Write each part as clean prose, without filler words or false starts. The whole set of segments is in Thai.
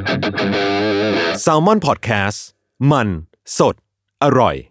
Salmon Podcast มันสดอร่อย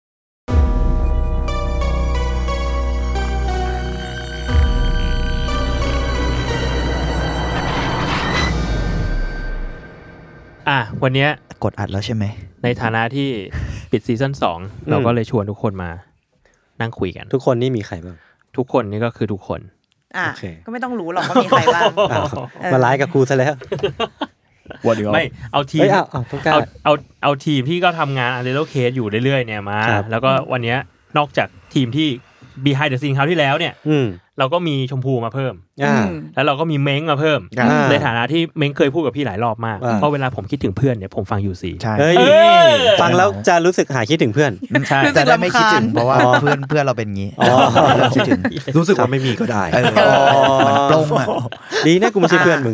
วันนี้กดอัดแล้วใช่ไหมในฐานะที่ปิดซีซั่น2เราก็เลยชวนทุกคนมานั่งคุยกันทุกคนนี่มีใครบ้างทุกคนนี่ก็คือทุกคนก็ไม่ต้องรู้หรอกว่ามีใครบ้างมาไลฟ์กับครูซะแล้วไม่เอาทีมเอาทีมที่ก็ทำงานอันเดอร์เคสอยู่เรื่อยๆเนี่ยมาแล้วก็วันนี้นอกจากทีมที่ behind the scene คราวที่แล้วเนี่ยเราก็มีชมพูมาเพิ่มแล้วเราก็มีเม้งมาเพิ่มในฐานะที่เม้งเคยพูดกับพี่หลายรอบมากเพราะเวลาผมคิดถึงเพื่อนเนี่ยผมฟังUC ฟังแล้วจะรู้สึกหายคิดถึงเพื่อนใช่แต่ไม่คิดถึงเพราะว่าเพื่อนเราเป็นงี้คิดถึงรู้สึกว่าไม่มีก็ได้มันปลงอ่ะดีนะกูไม่ใช่เพื่อนมึง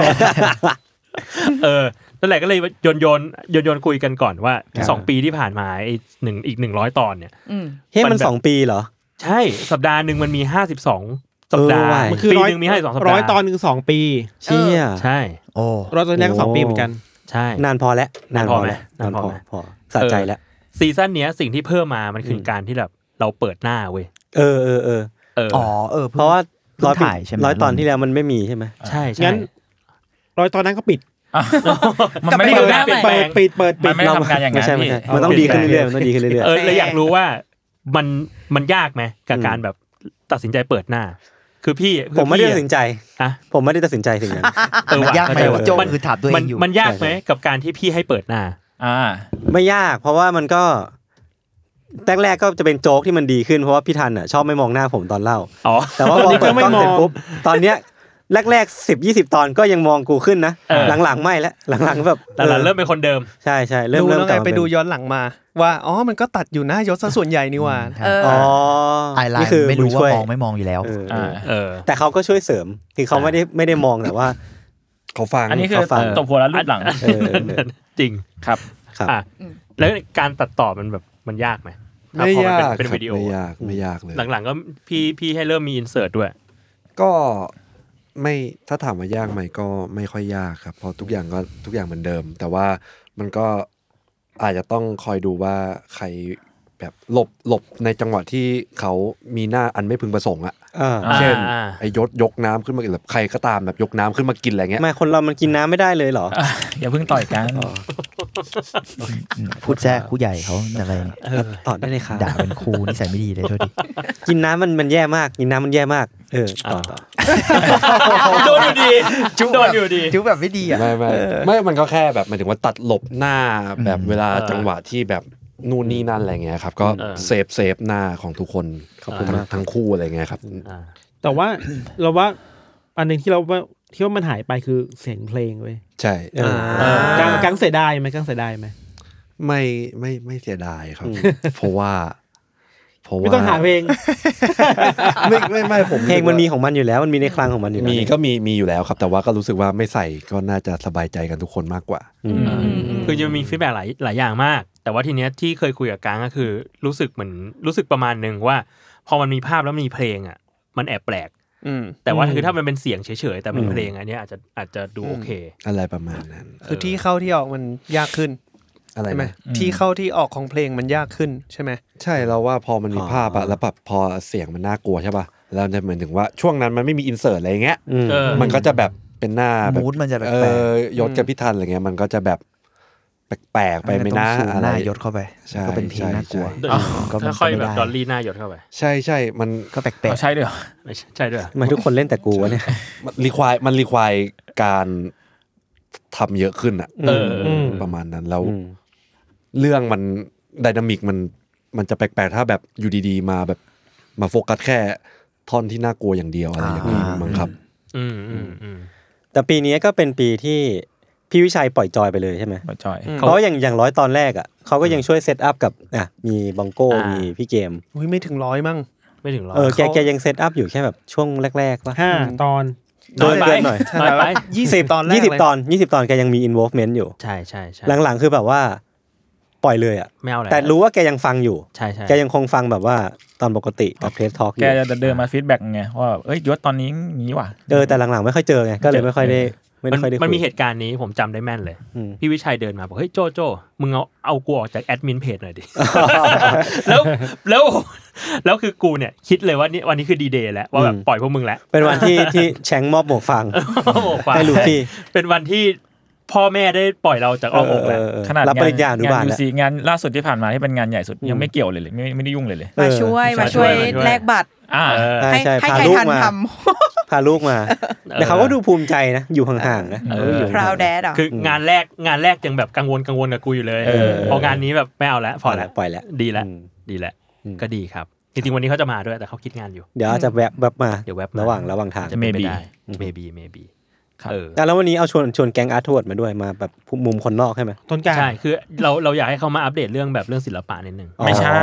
นั่นแหละก็เลยโยนคุยกันก่อนว่า2ปีที่ผ่านมาอีก100ตอนเนี่ยเฮ้ยมัน2ปีเหรอใช่สัปดาห์นึงมันมี52สัปดาห์ปีนึงมี52สัปดาห์ 100ตอนนึง2ปีเชี่ยใช่โอ้100ตอนแรกก็2ปีเหมือนกันใช่นานพอแล้วนานพอสะใจแล้วซีซั่นเนี้ยสิ่งที่เพิ่มมามันคือการที่แบบเราเปิดหน้าเว้ยเพราะว่า100ตอนที่แล้วมันไม่มีใช่มั้ยใช่งั้น100ตอนนั้นก็ปิดมันไม่ได้ปิดมันไม่ทำงานอย่างนั้นพี่มันต้องดีขึ้นเรื่อยๆเลยอยากรู้ว่ามันยากไหมกับการแบบตัดสินใจเปิดหน้าคือพี่ผมไม่ได้ตัดสินใจผมไม่ได้ตัดสินใจสิ่งนั้นมันยากไหมโจคือถามตัวเองอยู่มันยากไหมกับการที่พี่ให้เปิดหน้าไม่ยากเพราะว่ามันก็แรกๆก็จะเป็นโจ๊กที่มันดีขึ้นเพราะว่าพี่ทันอ่ะชอบไม่มองหน้าผมตอนเล่าแต่ว่าพอเปิดกล้องเสร็จปุ๊บตอนเนี้ยแรกๆ10-20ตอนก็ยังมองกูขึ้นนะหลังๆไม่แล้วหลังๆแบบหลังๆเริ่มเป็นคนเดิมใช่ๆเริ่มกลับไปดูย้อนหลังมาว่าอ๋อมันก็ตัดอยู่หน้ายศซะส่วนใหญ่นี่ว่าไอไลน์ไม่รู้ว่ามองไม่มองอยู่แล้วแต่เขาก็ช่วยเสริมคือเขาไม่ได้มองแต่ว่าเขาฟังอันนี้คือตบหัวแล้วรูปหลังจริงครับแล้วการตัดต่อมันแบบมันยากไหมไม่ยากเป็นวิดีโอไม่ยากเลยหลังๆก็พี่ให้เริ่มมีอินเสิร์ตด้วยก็ไม่ถ้าถามว่ายากไหมก็ไม่ค่อยยากครับเพราะทุกอย่างเหมือนเดิมแต่ว่ามันก็อาจจะต้องคอยดูว่าใครแบบหลบในจังหวะที่เขามีหน้าอันไม่พึงประสงค์เช่นไอ้ยกน้ำขึ้นมาแบบใครก็ตามแบบยกน้ำขึ้นมากินอะไรเงี้ยไม่คนเรามันกินน้ำไม่ได้เลยเหรออย่าเพิ่งต่อยกันพูดแซ่ผู้ใหญ่เขาอะไรต่อได้เลยค่ะด่าเป็นครูนิสัยไม่ดีเลยโทษทีกินน้ำมันแย่มากกินน้ำมันแย่มากต่อโดนอยู่ดีโดนอยู่ดีจุ๊บแบบไม่ดีอ่ะไม่มันก็แค่แบบหมายถึงว่าตัดหลบหน้าแบบเวลาจังหวะที่แบบนู่นนี่นั่นอะไรเงี้ยครับก็เซฟหน้าของทุกคนทั้งคู่อะไรเงี้ยครับแต่ว่าเราว่าอันนึงที่เราว่ามันหายไปคือเสียงเพลงเว้ยใช่กังเสียดายไหมไม่เสียดายครับเพราะว่าไม่ต้องหาเพลงไม่ผมเพลงมันมีของมันอยู่แล้วมันมีในคลังของมันอยู่มีอยู่แล้วครับแต่ว่าก็รู้สึกว่าไม่ใส่ก็น่าจะสบายใจกันทุกคนมากกว่าคือจะมีฟีดแบ็กหลายอย่างมากแต่ว่าทีเนี้ยที่เคยคุยกับกังก็คือรู้สึกประมาณนึงว่าพอมันมีภาพแล้วมีเพลงอ่ะมันแอบแปลกแต่ว่าคือถ้ามันเป็นเสียงเฉยๆแต่เป็นเพลงอันนี้อาจจะดูโอเคอะไรประมาณนั้นคือที่เข้าที่ออกมันยากขึ้นใช่ไหมที่เข้าที่ออกของเพลงมันยากขึ้นใช่ไหมใช่เราว่าพอมันมีภาพอะแล้วแบบพอเสียงมันน่ากลัวใช่ป่ะแล้วจะเหมือนถึงว่าช่วงนั้นมันไม่มีอินเสิร์ตอะไรเงี้ยมันก็จะแบบเป็นหน้าแบบมูดมันจะแปลกยศกับพี่ทันอะไรเงี้ยมันก็จะแบบแปลกๆไปไม่น่าอะไรยศเข้าไปก็เป็นเพลงน่ากลัวก็ค่อยแบบดอลลี่หน้ายศเข้าไปใช่ๆมันก็แปลกๆใช่ด้วยไม่ใช่ด้วยมันทุกคนเล่นแต่กูวะเนี่ยมันรีควายการทำเยอะขึ้นอ่ะประมาณนั้นแล้วเรื่องมันไดนามิกมันจะแปลกๆถ้าแบบอยู่ดีๆมาแบบมาโฟกัสแค่ท่อนที่น่ากลัวอย่างเดียวอะไรอย่างนี้มั้งครับแต่ปีนี้ก็เป็นปีที่พี่วิชัยปล่อยจอยไปเลยใช่ไหมปล่อยจอยเพราะอย่าง100ตอนแรกอ่ะเขาก็ยังช่วยเซตอัพกับมีบังโก้มีพี่เกมไม่ถึง100มั้งไม่ถึง100 แกยังเซตอัพอยู่แค่แบบช่วงแรกๆป่ะ 5ตอนเกินหน่อย 20ตอนแรก 20ตอนแกยังมี involvement อยู่ใช่ๆหลังๆคือแบบว่าปล่อยเลยอ่ะไม่เอาแล้วแต่รู้ว่าแกยังฟังอยู่ใช่ๆแกยังคงฟังแบบว่าตอนปกติกับเพจทอล์กแกจะเดินมาฟีดแบ็กไงว่าเอ้ยยศตอนนี้งี้ว่ะแต่หลังๆไม่ค่อยเจอไงก็เลยไม่ค่อยไม่ค่อยได้คุยมันมีเหตุการณ์นี้ผมจำได้แม่นเลยพี่วิชัยเดินมาบอกเฮ้ยโจมึงเอากูออกจากแอดมินเพจหน่อยดิ แล้วคือกูเนี่ยคิดเลยว่านี่วันนี้คือดีเดย์แล้วว่าแบบปล่อยพวกมึงแล้วเป็นวันที่แชงมอบหมวกฟางให้ลูฟี่เป็นวันที่พ่อแม่ได้ปล่อยเราจากอ้อมอกแล้วขนาดรับปริญญาอนุบาลแล้วงานล่าสุดที่ผ่านมาที่เป็นงานใหญ่สุดยังไม่เกี่ยวเลยไม่ได้ยุ่งเลยมาช่วยแลกบัตรให้ใครทันทำพาลูกมาแต่เขาก็ดูภูมิใจนะอยู่ห่างๆนะ proud dad อ่ะคืองานแรกยังแบบกังวลกับกูอยู่เลยพองานนี้แบบไม่เอาแล้วพอแล้วปล่อยแล้วดีแล้วก็ดีครับจริงๆวันนี้เขาจะมาด้วยแต่เขาคิดงานอยู่เดี๋ยวจะแวบมาระหว่างทางจะ maybe แล้ววันนี้เอาชวนแก๊งอาร์ตทวดมาด้วยมาแบบมุมคนนอกใช่ไหมต้นกล้าใช่คือเราอยากให้เขามาอัปเดตเรื่องศิลปะนิดนึงไม่ใช่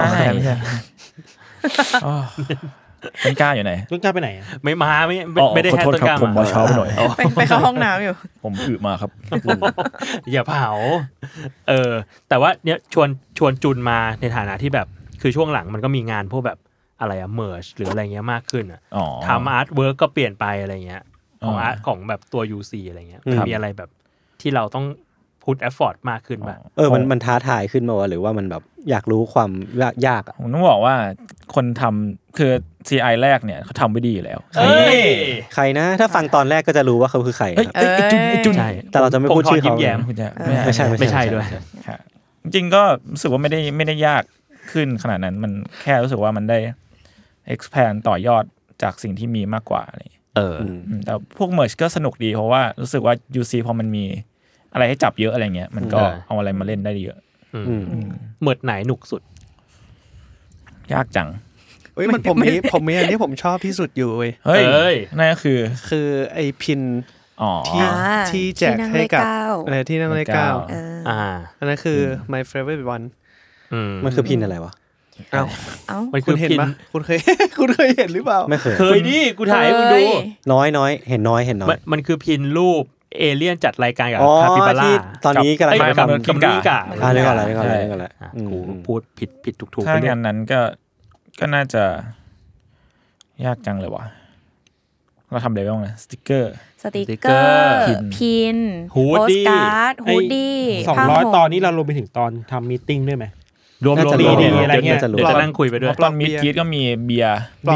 ต้นกล้าอยู่ไหนต้นกล้าไปไหนไม่มาไม่ได้แค่ต้นกล้าผมมาเช้าไปหน่อยไปเข้าห้องน้ำอยู่ผมอึมาครับอย่าเผาแต่ว่าเนี่ยชวนจุนมาในฐานะที่แบบคือช่วงหลังมันก็มีงานพวกแบบอะไรเมิร์จหรืออะไรเงี้ยมากขึ้นทำอาร์ตเวิร์กก็เปลี่ยนไปอะไรเงี้ยของอาร์ตของแบบตัว UC อะไรเงี้ยมีอะไรแบบที่เราต้องพุทเอฟฟอร์ตมากขึ้นป่ะมันท้าทายขึ้นมาวะหรือว่ามันแบบอยากรู้ความยากผมต้องบอกว่าคนทำคือ CI แรกเนี่ยเขาทำไว้ดีอยู่แล้วใครนะถ้าฟังตอนแรกก็จะรู้ว่าเขาคือใครจุนแต่เราจะไม่พูดชื่อเขาไม่ใช่ด้วยจริงๆก็รู้สึกว่าไม่ได้ยากขึ้นขนาดนั้นมันแค่รู้สึกว่ามันได้ expand ต่อยอดจากสิ่งที่มีมากกว่าอะไรแต่พวก merge ก็สนุกดีเพราะว่ารู้สึกว่า UC พอมันมีอะไรให้จับเยอะอะไรเงี้ยมันก็เอาอะไรมาเล่นได้เยอะเมิร์จไหนหนุกสุดยากจังผมมีอันที่ผมชอบที่สุดอยู่เว้ยนั่นก็คือไอ้พินที่แจกให้กับอะไรที่นั่งเลข9อันนั้นคือ my favorite one มันคือพินอะไรวะมันคือเห็นปะคุณเคยเห็นหรือเปล่าไม่เคยดิกูถ่ายให้มึงดูน้อยเห็นน้อยมันคือพินรูปเอเลี่ยนจัดรายการกับคาปิบาร่าตอนนี้กำลังกับลิกานี่ก่อนกูพูดผิดถูกถ้างานนั้นก็น่าจะยากจังเลยวะเราทำอะไรบ้างนะสติกเกอร์พินโปสการ์ดฮูดดี้ 200ตอนนี้เรารวมไปถึงตอนทำมีตติ้งด้วยไหมรวมดีอะไรเงี้ยเดี๋ยวจะนั่งคุยไปด้วยตอนมีกีดก็มีเบียร์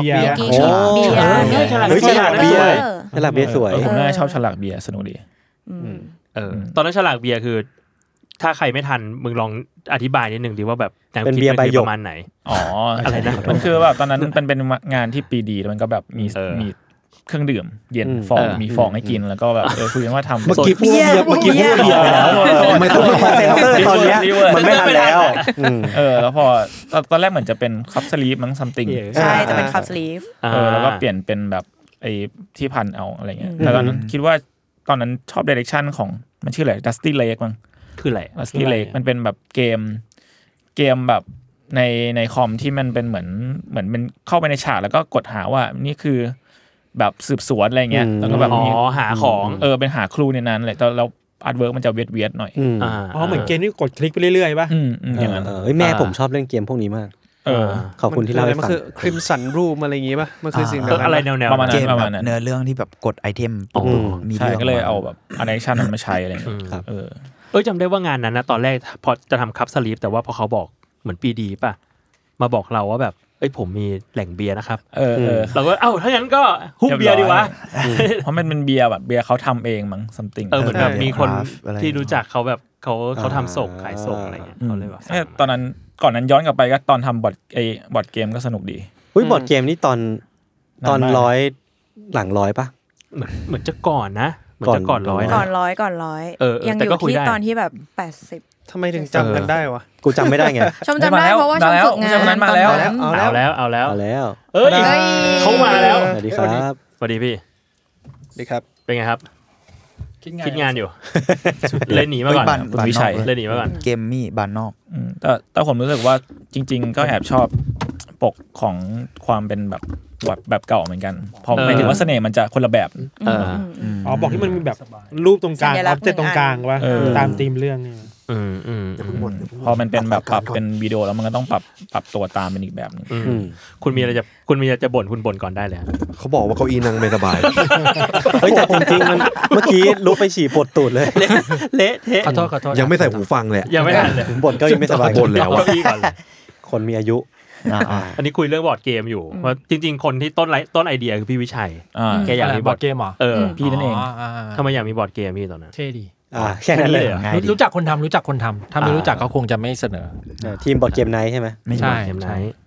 ฉลากเบียร์สวยผมน่าชอบฉลากเบียร์สนุกดีตอนนั้นฉลากเบียร์คือถ้าใครไม่ทันมึงลองอธิบายนิดนึงดีว่าแบบแนวคิดมันคือประมาณไหนอะไรนะมันคือแบบตอนนั้นเป็นงานที่ปีดีแล้วมันก็แบบมีเครื่องดื่มเย็นมีฟองให้กินแล้วก็แบบคุยกันว่าทำเมื่อกี้พูดเบียร์แล้วไม่ต้องมาเซ็นเซอร์ตอนนี้มันไม่ทันแล้วแล้วพอตอนแรกเหมือนจะเป็นคัพสลีฟมั้งซัมติงใช่จะเป็นคัพสลีฟแล้วก็เปลี่ยนเป็นแบบไอ้ที่พันเอาอะไรเงี้ยแต่ตอนนั้นคิดว่าตอนนั้นชอบ direction ของมันชื่ออะไร Dusty Lake มั้งคืออะไร Dusty Lake มันเป็นแบบเกมแบบในคอมที่มันเป็นเหมือนเป็นเข้าไปในฉากแล้วก็กดหาว่านี่คือแบบสืบสวนอะไรเงี้ยแล้วก็แบบหาของเป็นหาครูในนั้นแหละแล้วอาร์ตเวิร์กมันจะเวียดหน่อยเหมือนเกมที่กดคลิกไปเรื่อยๆป่ะอย่างนั้นแม่ผมชอบเล่นเกมพวกนี้มากขอบคุณที่เล่าให้ฟังมันคือ Crimson Room อะไรอย่างงี้ป่ะมันคือสิ่งนั้นอะไรแนวประมาณนั้นเนื้อเรื่องที่แบบกดไอเทมมีเรื่องก็เลยเอาแบบอนิเมชั่นนั้นมาใช้อะไรเงี้ยจำได้ว่างานนั้นนะตอนแรกพอจะทำคัพสลีฟแต่ว่าพอเขาบอกเหมือนปีดีป่ะมาบอกเราว่าแบบผมมีแหล่งเบียร์นะครับเราก็ถ้างั้นก็ฮุบเบียร์ดีวะเพราะมันเป็นเบียร์แบบเบียร์เขาทำเองมั้ง something เหมือนแบบมีคนที่รู้จักเขาแบบเขาทำส่งขายส่งอะไรเงี้ยเขาเลยว่าตอนนั้นก่อนนั้นย้อนกลับไปก็ตอนทำบอร์ดเกมก็สนุกดีบอร์ดเกมนี่ตอน100หลัง100ป่ะเหมือนจะก่อนนะเหมือนจะก่อน100 ยังอยู่ที่ตอนที่แบบ80 ทำไมถึงจำกันได้วะกูจำไม่ได้ไงชมจำได้เพราะว่าชมฝึกงานนั้นมาแล้วเอาแล้วเขามาแล้วสวัสดีครับสวัสดีพี่สวัสดีครับเป็นไงครับคิดงานอยู่เลยหนีมาก่อนคุณวิชัยเลยหนีมาก่อนเกมมี่บ้านนอกแต่ผมรู้สึกว่าจริงๆก็แอบชอบปกของความเป็นแบบเก่าเหมือนกันพอหมายถึงว่าเสน่ห์มันจะคนละแบบบอกที่มันมีแบบรูปตรงกลางออฟเจกต์ตรงกลางว่าตามธีมเรื่องนี่พอมันเป็นแบบปรับเป็นวิดีโอแล้วมันก็ต้องปรับตัวตามเป็นอีกแบบนึงคุณมีอะไรจะบ่นคุณบ่นก่อนได้เลยเขาบอกว่าเก้าอี้นั่งไม่สบายเฮ้ยแต่จริงๆมันเมื่อกี้ลุกไปฉี่ปวดตูดเลยเละเทะขอโทษยังไม่ใส่หูฟังเลยยังไม่ทันเลยบ่นเก้าอี้ไม่สบายบ่นแล้วคนมีอายุอันนี้คุยเรื่องบอร์ดเกมอยู่เพราะจริงๆคนที่ต้นไอเดียคือพี่วิชัยแกอยากมีบอร์ดเกมเหรอพี่นั่นเองทำไมอยากมีบอร์ดเกมพี่ตอนนั้นเท่ดีแค่นั้นเลยรู้จักคนทำถ้าไม่รู้จักเขาคงจะไม่เสนอทีมบอร์ดเกมไนท์ใช่ไหมไม่ใช่เกมไนท์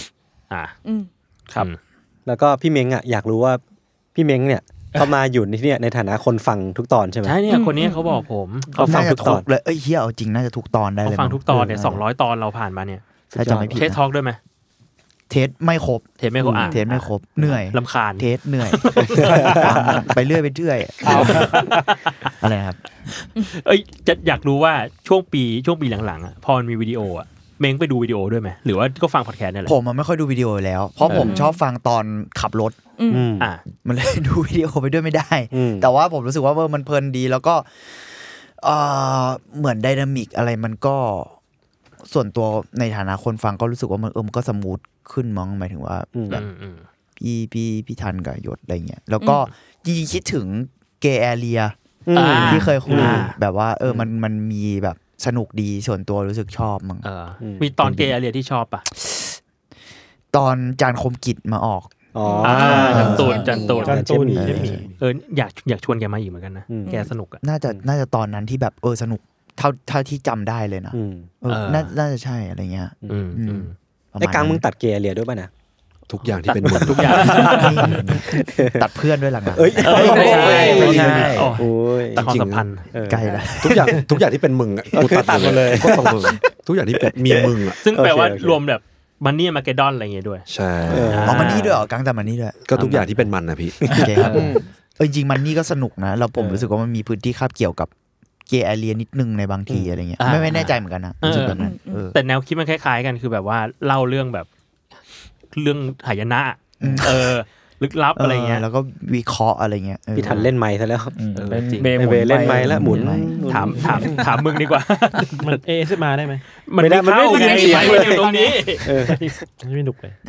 ครับแล้วก็พี่เม้งอยากรู้ว่าพี่เม้งเนี่ยเขามาอยู่ในฐานะคนฟังทุกตอนใช่ไหมใช่เนี่ยคนนี้เขาบอกผมเขาฟังทุกตอนเลยเฮียเอาจริงน่าจะทุกตอนได้เลยเขาฟังทุกตอนเนี่ย200 ตอนเราผ่านมาเนี่ยถ้าจะไม่ผิดเทสทอล์กด้วยไหมเทสไม่ครบเทสไม่ครบเหนื่อยรำคาญเทสเหนื่อยไปเรื่อยอะไรครับจะอยากรู้ว่าช่วงปีหลังๆพอมันมีวิดีโอเม้งไปดูวิดีโอด้วยไหมหรือว่าก็ฟังพอดแคสต์นี่แหละผมไม่ค่อยดูวิดีโอแล้วเพราะผมชอบฟังตอนขับรถมันเลยดูวิดีโอไปด้วยไม่ได้แต่ว่าผมรู้สึกว่ามันเพลินดีแล้วก็เหมือนไดนามิกอะไรมันก็ส่วนตัวในฐานะคนฟังก็รู้สึกว่ามันก็สมูทขึ้นมั้งหมายถึงว่าแบบพี่ทันกับยศอะไรเงี้ยแล้วก็จริงๆคิดถึงเกย์แอเรียที่เคยคุยแบบว่ามันมีแบบสนุกดีส่วนตัวรู้สึกชอบมั้งมีตอนเกย์แอเรียที่ชอบป่ะตอนจานคมกิจมาออกจันตูนอยากชวนแกมาอีกเหมือนกันนะแกสนุกน่าจะตอนนั้นที่แบบสนุกเท่าที่จำได้เลยนะน่าจะใช่อะไรเงี้ยไอ้กังมึงตัดเกย์เรียด้วยป่ะนะทุกอย่างที่เป็นมึงทุกอย่างตัดเพื่อนด้วยหลังนะไม่ใช่ตัดความสัมพันธ์ใกล้แล้วทุกอย่างที่เป็นมึงกูตัดหมดเลยก็ต้องมึงทุกอย่างที่เป็นมีมึงซึ่งแปลว่ารวมแบบมันนี่มาเกดอนอะไรเงี้ยด้วยใช่มันนี่ด้วยกังแต่มันนี่ด้วยก็ทุกอย่างที่เป็นมันนะพี่จริงมันนี่ก็สนุกนะเราผมรู้สึกว่ามันมีพื้นที่คาบเกี่ยวกับเกย์แอเรียนิดนึงในบางทีอะไรเงี้ยไม่แน่ใจเหมือนกันนะแบบนั้นแต่แนวคิดมันคล้ายๆกันคือแบบว่าเล่าเรื่องแบบเรื่องหายนะลึกลับอะไรเงี้ยแล้วก็วิเคราะห์อะไรเงี้ยพี่ทันเล่นไมค์ซะแล้วเล่นไมค์แล้วหมุนถามมึงดีกว่ามันAS มาได้ไหมมันไม่ได้ยินเสียงอยู่ตรงนี้ไม่หนุกเลย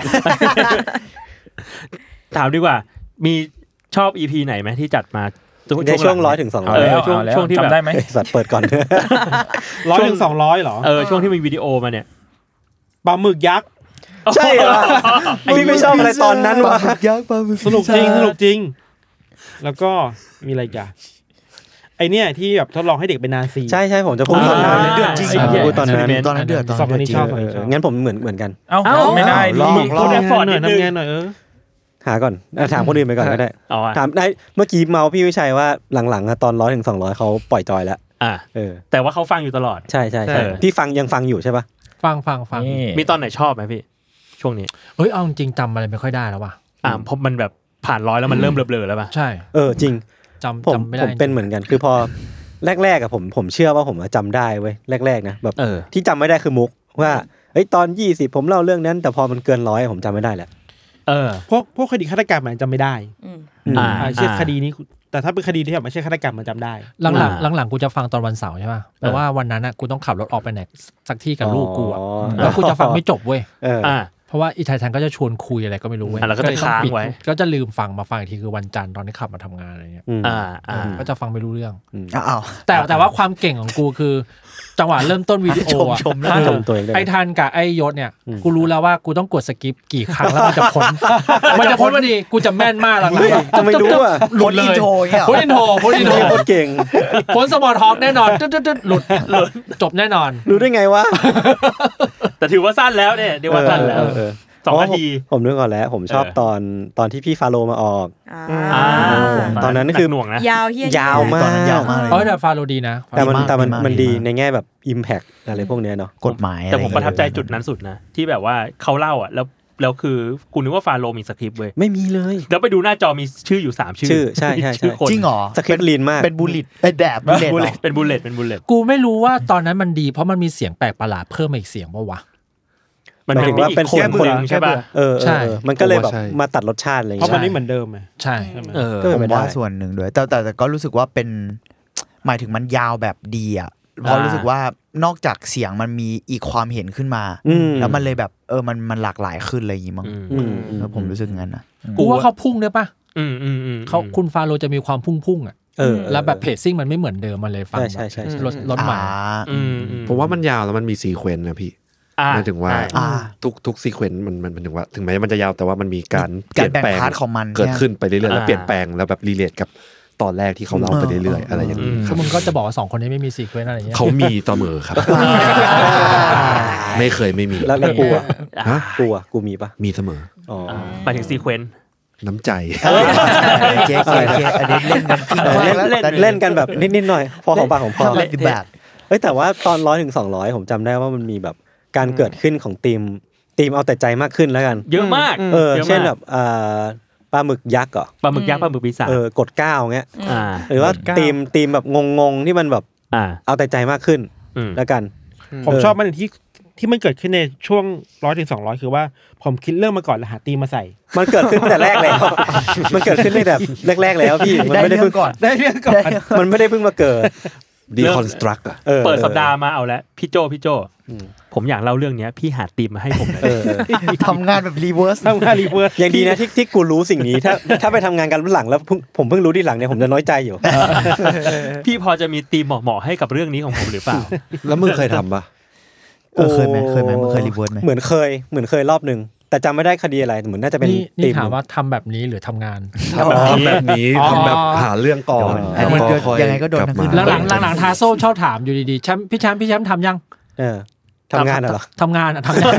ถามดีกว่ามีชอบ EP ไหนไหมที่จัดมาในช่วง100 ถึง 200 ช่วงที่แบบได้ไหมสัตว์เปิดก่อน 100 ถึง 200หรอช่วงที่มีวิดีโอมาเนี่ยปลาหมึกยักษ์ใช่เหรอพี่ไม่ชอบอะไรตอนนั้นวะสนุกจริงแล้วก็มีอะไรกันไอเนี่ยที่แบบทดลองให้เด็กเป็นนาซีใช่ผมจะพูดตอนนั้นเดือดจริงตอนนั้นเดือดสองคนนี้ชอบงั้นผมเหมือนกันไม่ได้ลองแอฟฟอร์ดทำงานหน่อยหาก่อนถามคนอื่นไปก่อนก็ได้ถามได้เมื่อกี้เมาพี่วิชัยว่าหลังๆตอน100 ถึง 200เขาปล่อยจอยแล้วแต่ว่าเขาฟังอยู่ตลอดใช่พี่ยังฟังอยู่ใช่ปะฟังมีตอนไหนชอบไหมพี่ช่วงนี้เอาจริงจำอะไรไม่ค่อยได้แล้วว่ะเพราะมันแบบผ่าน100แล้วมันเริ่มเบลอๆแล้วป่ะใช่จริงจำไม่ได้ผมเป็นเหมือนกันคือพอแรกๆผมเชื่อว่าผมจำได้เว้ยแรกๆนะแบบที่จำไม่ได้คือมุกว่าตอน20ผมเล่าเรื่องนั้นแต่พอมันเกิน100ผมจำไม่ได้แหละพวกคดีฆาตกรรมมันจำไม่ได้เช่นคดีนี้แต่ถ้าเป็นคดีที่แบบไม่ใช่ฆาตกรรมมันจำได้หลังกูจะฟังตอนวันเสาร์ใช่ป่ะแปลว่าวันนั้นกูต้องขับรถออกไปไหนสักที่กับลูกกูแล้วกูจะฟังไม่จบเว้ยเพราะว่าอีไททันก็จะชวนคุยอะไรก็ไม่รู้เว้ยแล้วก็จะค้างไว้ก็จะลืมฟังมาฟังอีกทีคือวันจันทร์ตอนที่ขับมาทำงานอะไรเงี้ยก็จะฟังไม่รู้เรื่องแต่ว่าความเก่งของกูคือจังหวะเริ่มต้นวิดีโอไอ้ทันกับไอ้ยศเนี่ยกูรู้แล้วว่ากูต้องกดสกิปกี่ครั้งแล้วมันจะพ้นพอดีกูจะแม่นมากหลังๆจะไม่รู้อ่ะหลุดเลยพ้นอินโทรโคตรเก่งพ้นสมอลท็อกแน่นอนหลุดจบแน่นอนรู้ได้ไงวะแต่ถือว่าสั้นแล้วเนี่ยเดี๋ยวว่าสั้นแล้ว2 นาทีผมนึกก่อนแล้วผมชอบตอนที่พี่ฟาโรมาออกตอนนั้นคือหน่วงนะยาวมากแต่ฟาโรดีนะแต่มันดีในแง่แบบ impact อะไรพวกเนี้ยเนาะกฎหมายแต่ผมประทับใจจุดนั้นสุดนะที่แบบว่าเขาเล่าแล้วคือกูนึกว่าฟาโรมีสคริปต์เว้ยไม่มีเลยแล้วไปดูหน้าจอมีชื่ออยู่3ชื่อใช่จริงเหรอสคริปต์ลีนมากเป็นบูลเลตเป็นบูลเลตกูไม่รู้ว่าตอนนั้นมันดีเพราะมันมีเสียงแปลกประหลาดเพิ่มอีกเสียงป่ะวะมันถึงว่าเป็นเสียงคนใช่ป่ะใช่มันก็เลยแบบมาตัดรสชาติอะไรอย่างเงี้ยเพราะมันไม่เหมือนเดิมไงใช่ก็เป็นว่าส่วนหนึ่งด้วยแต่ก็รู้สึกว่าเป็นหมายถึงมันยาวแบบดีอ่ะเพราะรู้สึกว่านอกจากเสียงมันมีอีกความเห็นขึ้นมาแล้วมันเลยแบบมันหลากหลายขึ้นอะไรอย่างงี้มั้งแล้วผมรู้สึกงั้นนะกูว่าเขาพุ่งด้วยป่ะเขาคุณฟาโรจะมีความพุ่งอ่ะแล้วแบบเพจซิ่งมันไม่เหมือนเดิมมันเลยฟังรถใหม่ผมว่ามันยาวแล้วมันมีซีเควนต์นะพี่หมายถึงว่าทุกซีเควนต์มันถึงว่าถึงแม้มันจะยาวแต่ว่ามันมีการเปลี่ยนแปลงเกิดขึ้นไปเรื่อยๆแล้วเปลี่ยนแปลงแล้วแบบรีเลทกับตอนแรกที่เขาเล่าไปเรื่อยๆอะไรอย่างนี้คือมึงก็จะบอกว่า2คนนี้ไม่มีซีเควนต์อะไรอย่างเงี้ยเขามีเสมอครับไม่เคยไม่มีแล้วกูมีปะมีเสมอไปถึงซีเควนต์น้ำใจเจ๊อันนี้เล่นกันแบบนิดๆหน่อยพอของปากของพอแบบแต่ว่าตอน100 ถึง 200ผมจำได้ว่ามันมีแบบการเกิดขึ้นของทีมเอาแต่ใจมากขึ้นแล้วกันเยอะมากเช่นแบบปลาหมึกยักษ์ปลาหมึกยักษ์ปลาหมึกปีศาจกด9เงี้ยหรือว่าทีมแบบงงๆที่มันแบบเอาแต่ใจมากขึ้นแล้วกันผมชอบมันที่มันเกิดขึ้นในช่วง100 ถึง 200คือว่าผมคิดเรื่องมาก่อนแล้วหาทีมมาใส่มันเกิดขึ้นแต่แรกแล้วมันเกิดขึ้นในแบบแรกๆแล้วพี่มันไม่ได้เพิ่งก่อนมันไม่ได้เพิ่งมาเกิด deconstruct เปิดสัปดาห์มาเอาแล้วพี่โจผมอยากเล่าเรื่องนี้พี่หาธีมมาให้ผมเลยทำงานแบบรีเวิร์สอย่างดีนะที่กูรู้สิ่งนี้ถ้าไปทำงานกันหลังแล้วผมเพิ่งรู้ทีหลังเนี่ยผมจะน้อยใจอยู่พี่พอจะมีธีมเหมาะให้กับเรื่องนี้ของผมหรือเปล่าแล้วมึงเคยทำปะเคยไหมมึงเคยรีเวิร์สไหมเหมือนเคยรอบนึงแต่จำไม่ได้คดีอะไรเหมือนน่าจะเป็นธีมถามว่าทำแบบนี้หรือทำงานทำแบบนี้ทำแบบหาเรื่องก่อนยังไงก็โดนทั้งคืนหลังทาโซ่ชอบถามอยู่ดีๆพี่แชมป์ทำยังทำงานเหรอทำงาน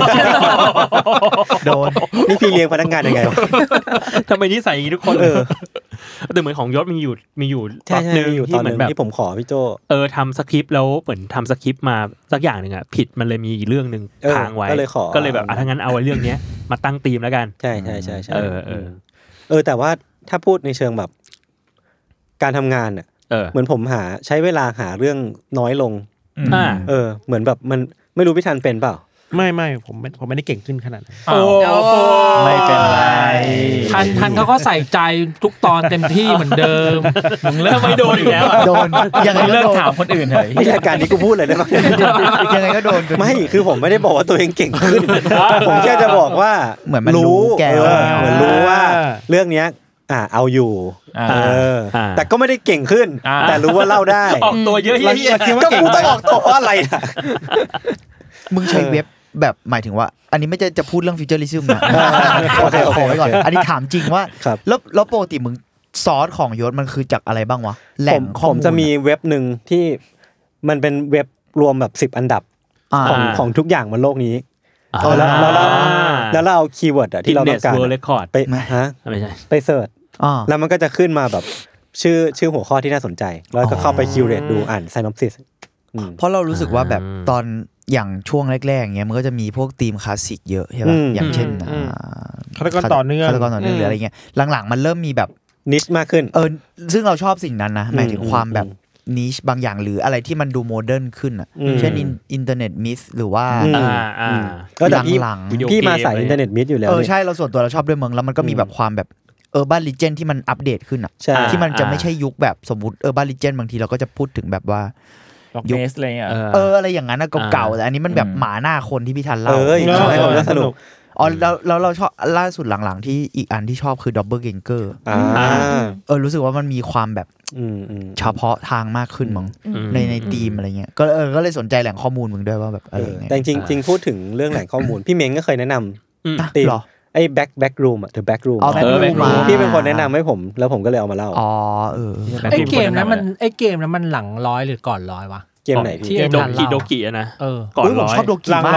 โดนนี่พี่เลี้ยงพนักงานยังไงทำไมนิสัยอย่างนี้ทุกคนแต่เหมือนของยศมีอยู่ตอนนึงที่เหมือนแบบที่ผมขอพี่โจทำสคริปต์แล้วเหมือนทำสคริปต์มาสักอย่างนึงอ่ะผิดมันเลยมีเรื่องนึงค้างไว้ก็เลยแบบถ้างั้นเอาไว้เรื่องนี้มาตั้งธีมแล้วกันใช่แต่ว่าถ้าพูดในเชิงแบบการทำงานอ่ะเหมือนผมใช้เวลาหาเรื่องน้อยลงเหมือนแบบมันไม่รู้พี่ทันเป็นเปล่าไม่ผมไม่ได้เก่งขึ้นขนาดนั้นไม่เป็นไรทันเขาก็ใส่ใจทุกตอนเต็มที่เหมือนเดิมมึงเลิกไม่โดนอีกแล้วโดนยังไงเลิกถามคนอื่นเถอะรายการนี้กูพูดเลยได้มั้ยยังไงก็โดนไม่คือผมไม่ได้บอกว่าตัวเองเก่งขึ้นผมแค่จะบอกว่าเหมือนมันรู้แกเหมือนรู้ว่าเรื่องเนี้ยเอาอยู่แต่ก็ไม่ได้เก่งขึ้นแต่รู้ว่าเล่าได้ออกตัวเยอะๆก็กูต้องออกตัวอะไรล่ะมึงใช้เว็บแบบหมายถึงว่าอันนี้ไม่จะพูดเรื่องฟีเจอริซึมนะขอไว้ก่อนอันนี้ถามจริงว่าแล้วปกติมึงซอสของยศมันคือจากอะไรบ้างวะแหล่งข้อมูลผมจะมีเว็บนึงที่มันเป็นเว็บรวมแบบ10อันดับของทุกอย่างบนโลกนี้แล้วเราเอาคีย์เวิร์ดที่เราต้องการไปไปเสิร์ชแล้วมันก็จะขึ้นมาแบบชื่อหัวข้อที่น่าสนใจแล้วก็เข้าไปคิวเรตดูอ่านไซนอปซิสเพราะเรารู้สึกว่าแบบตอนอย่างช่วงแรกๆเงี้ยมันก็จะมีพวกธีมคลาสสิกเยอะใช่ป่ะอย่างเช่นฆาตกรต่อเนื่องหรืออะไรเงี้ยหลังๆมันเริ่มมีแบบนิชมากขึ้นซึ่งเราชอบสิ่งนั้นนะหมายถึงความแบบนิชบางอย่างหรืออะไรที่มันดูโมเดิร์นขึ้นอ่ะเช่นอินเทอร์เน็ตมิสหรือว่าหลังพี่มาสายอินเทอร์เน็ตมิสอยู่แล้วใช่เราส่วนตัวเราชอบด้วยมึงแล้วมันก็มีแบบความแบบUrban Legend ที่มันอัปเดตขึ้นอ่ะที่มันจะไม่ใช่ยุคแบบสมมุติUrban Legend บางทีเราก็จะพูดถึงแบบว่ายุคอะไรอ่ะอะไรอย่างนั้นเก่าๆแต่อันนี้มันแบบหมาหน้าคนที่พี่ทันเล่าสนุกแล้วเราชอบล่าสุดหลังๆที่อีกอันที่ชอบคือ Double Ganger รู้สึกว่ามันมีความแบบเฉพาะทางมากขึ้นมั้งในทีมอะไรเงี้ยก็เลยสนใจแหล่งข้อมูลมึงด้วยว่าแบบอะไรเงี้ยแต่จริงพูดถึงเรื่องแหล่งข้อมูลพี่เม้งก็เคยแนะนำทีมไอ้ back room อ่ะ the back room พี่เป็นคนแนะนำให้ผมแล้วผมก็เลยเอามาเล่าไอ้เกมนั้นมันหลัง100หรือก่อน100วะเกมไหนพี่โดกิอ่ะนะก่อน100ผมชอบโดกิหลัง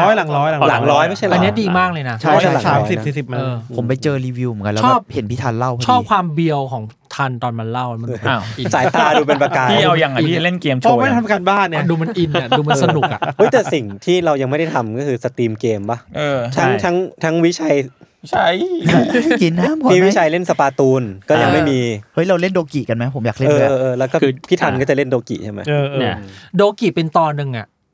100 ไม่ใช่อันนี้ดีมากเลยนะใช่ 30-40มันผมไปเจอรีวิวเหมือนกันแล้วเห็นพี่ทันเล่าชอบความเบียวของทันตอนมันเล่ามันสายตาดูเป็นประกายพี่เอาอย่างพี่เล่นเกมโชว์ไม่ทำการบ้านเนี่ยดูมันอินอ่ะดูมันสนุกอ่ะแต่สิ่งที่เรายังไม่ได้ทำก็คือสตรีมเกมป่ะทั้งวิชัยใช่กินน้ำพี่วิชัยเล่นสปาตูนก็ยังไม่มีเฮ้ยเราเล่นโดกิกันไหมผมอยากเล่นด้วยแล้วก็พี่ทันก็จะเล่นโดกิใช่ไหมเนี่ยโดกิเป็นตอนนึงอ่ะ